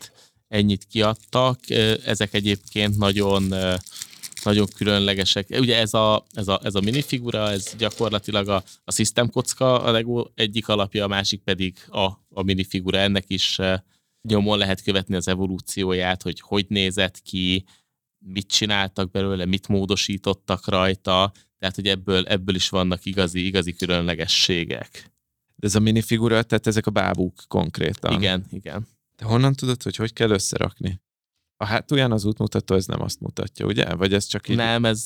ennyit kiadtak. Ezek egyébként nagyon különlegesek. Ugye ez a minifigura, ez gyakorlatilag a System kocka, a Lego egyik alapja, a másik pedig a minifigura. Ennek is nyomon lehet követni az evolúcióját, hogy nézett ki, mit csináltak belőle, mit módosítottak rajta, tehát hogy ebből is vannak igazi különlegességek. De ez a minifigura, tehát ezek a bábuk konkrétan. Igen. De honnan tudod, hogy kell összerakni? A hátulján az útmutató, ez nem azt mutatja, ugye? Vagy ez csak így... Nem, ez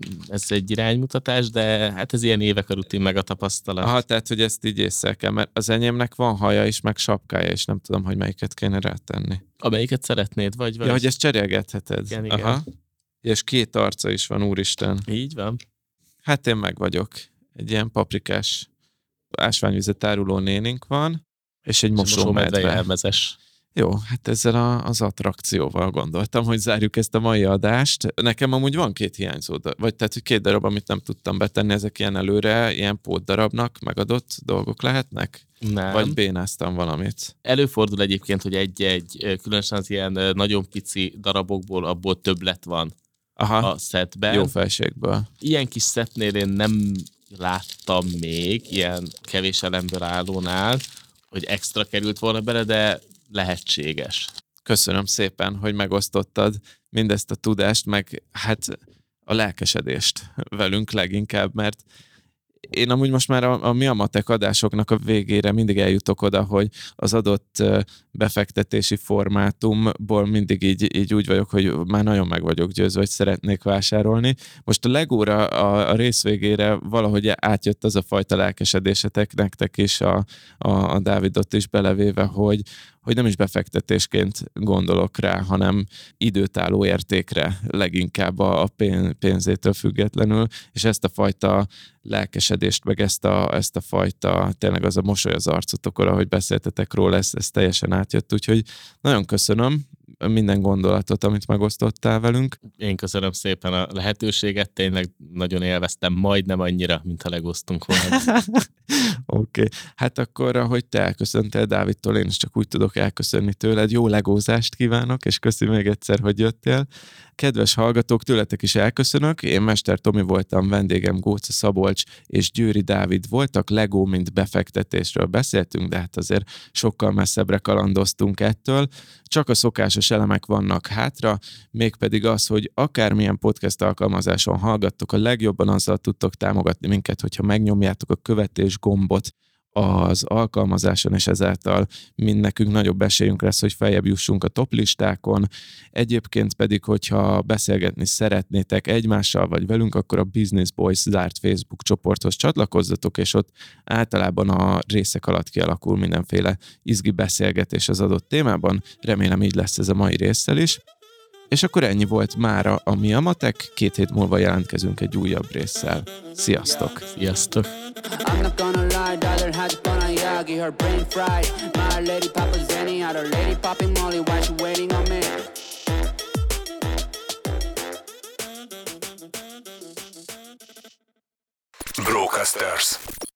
egy iránymutatás, de hát ez ilyen évek a rutin meg a tapasztalat. Aha, tehát, hogy ezt így észre kell, mert az enyémnek van haja is, meg sapkája, és nem tudom, hogy melyiket kéne rátenni. Amelyiket szeretnéd, vagy? Ja, hogy ezt cserélgetheted. Igen. Aha. És 2 arca is van, úristen. Így van. Hát én meg vagyok. Egy ilyen ásványvizet áruló nénink van, és egy mosómedve jelmezes. Jó, hát ezzel az attrakcióval gondoltam, hogy zárjuk ezt a mai adást. Nekem amúgy van 2 hiányzó, vagy tehát, hogy 2 darab, amit nem tudtam betenni, ezek ilyen előre, ilyen pótdarabnak megadott dolgok lehetnek? Nem. Vagy bénáztam valamit? Előfordul egyébként, hogy egy különösen az ilyen nagyon pici darabokból, abból többlet van a szetben. Jó felségből. Ilyen kis szetnél én nem láttam még, ilyen kevés elemből állónál, hogy extra került volna bele, de lehetséges. Köszönöm szépen, hogy megosztottad mindezt a tudást, meg hát a lelkesedést velünk leginkább, mert én amúgy most már a Mi a Matek adásoknak a végére mindig eljutok oda, hogy az adott befektetési formátumból mindig így úgy vagyok, hogy már nagyon meg vagyok győzve, hogy szeretnék vásárolni. Most a Legóra a rész végére valahogy átjött az a fajta lelkesedésetek nektek is, a Dávidot is belevéve, hogy nem is befektetésként gondolok rá, hanem időtálló értékre leginkább a pénzétől függetlenül, és ezt a fajta lelkesedést lelkesedést, meg ezt a fajta, tényleg az a mosoly az arcotokon, ahogy beszéltetek róla, ez teljesen átjött, úgyhogy nagyon köszönöm minden gondolatot, amit megosztottál velünk. Én köszönöm szépen a lehetőséget, tényleg nagyon élveztem, majdnem annyira, mint ha legosztunk volna. Oké. Hát akkor, ahogy te elköszöntél Dávidtól, én is csak úgy tudok elköszönni tőled. Jó legózást kívánok, és köszi még egyszer, hogy jöttél. Kedves hallgatók, tőletek is elköszönök. Én Mester Tomi voltam, vendégem Gócz Szabolcs és Győri Dávid voltak. Legó, mint befektetésről beszéltünk, de hát azért sokkal messzebbre kalandoztunk ettől. Csak a szokásos elemek vannak hátra, mégpedig az, hogy akármilyen podcast alkalmazáson hallgattok, a legjobban azzal tudtok támogatni minket, hogyha megnyomjátok a követés gombot az alkalmazáson, és ezáltal nekünk nagyobb esélyünk lesz, hogy feljebb jussunk a top listákon. Egyébként pedig, hogyha beszélgetni szeretnétek egymással vagy velünk, akkor a Business Boys zárt Facebook csoporthoz csatlakozzatok, és ott általában a részek alatt kialakul mindenféle izgi beszélgetés az adott témában. Remélem így lesz ez a mai résszel is. És akkor ennyi volt mára a Mi a Matek. 2 hét múlva jelentkezünk egy újabb résszel. Sziasztok! Sziasztok! I'm not gonna lie, dollar hat on a Yagi, her brain fried. My lady Papa Zenny, had her lady popping Molly, why she waiting on me? Brocasters.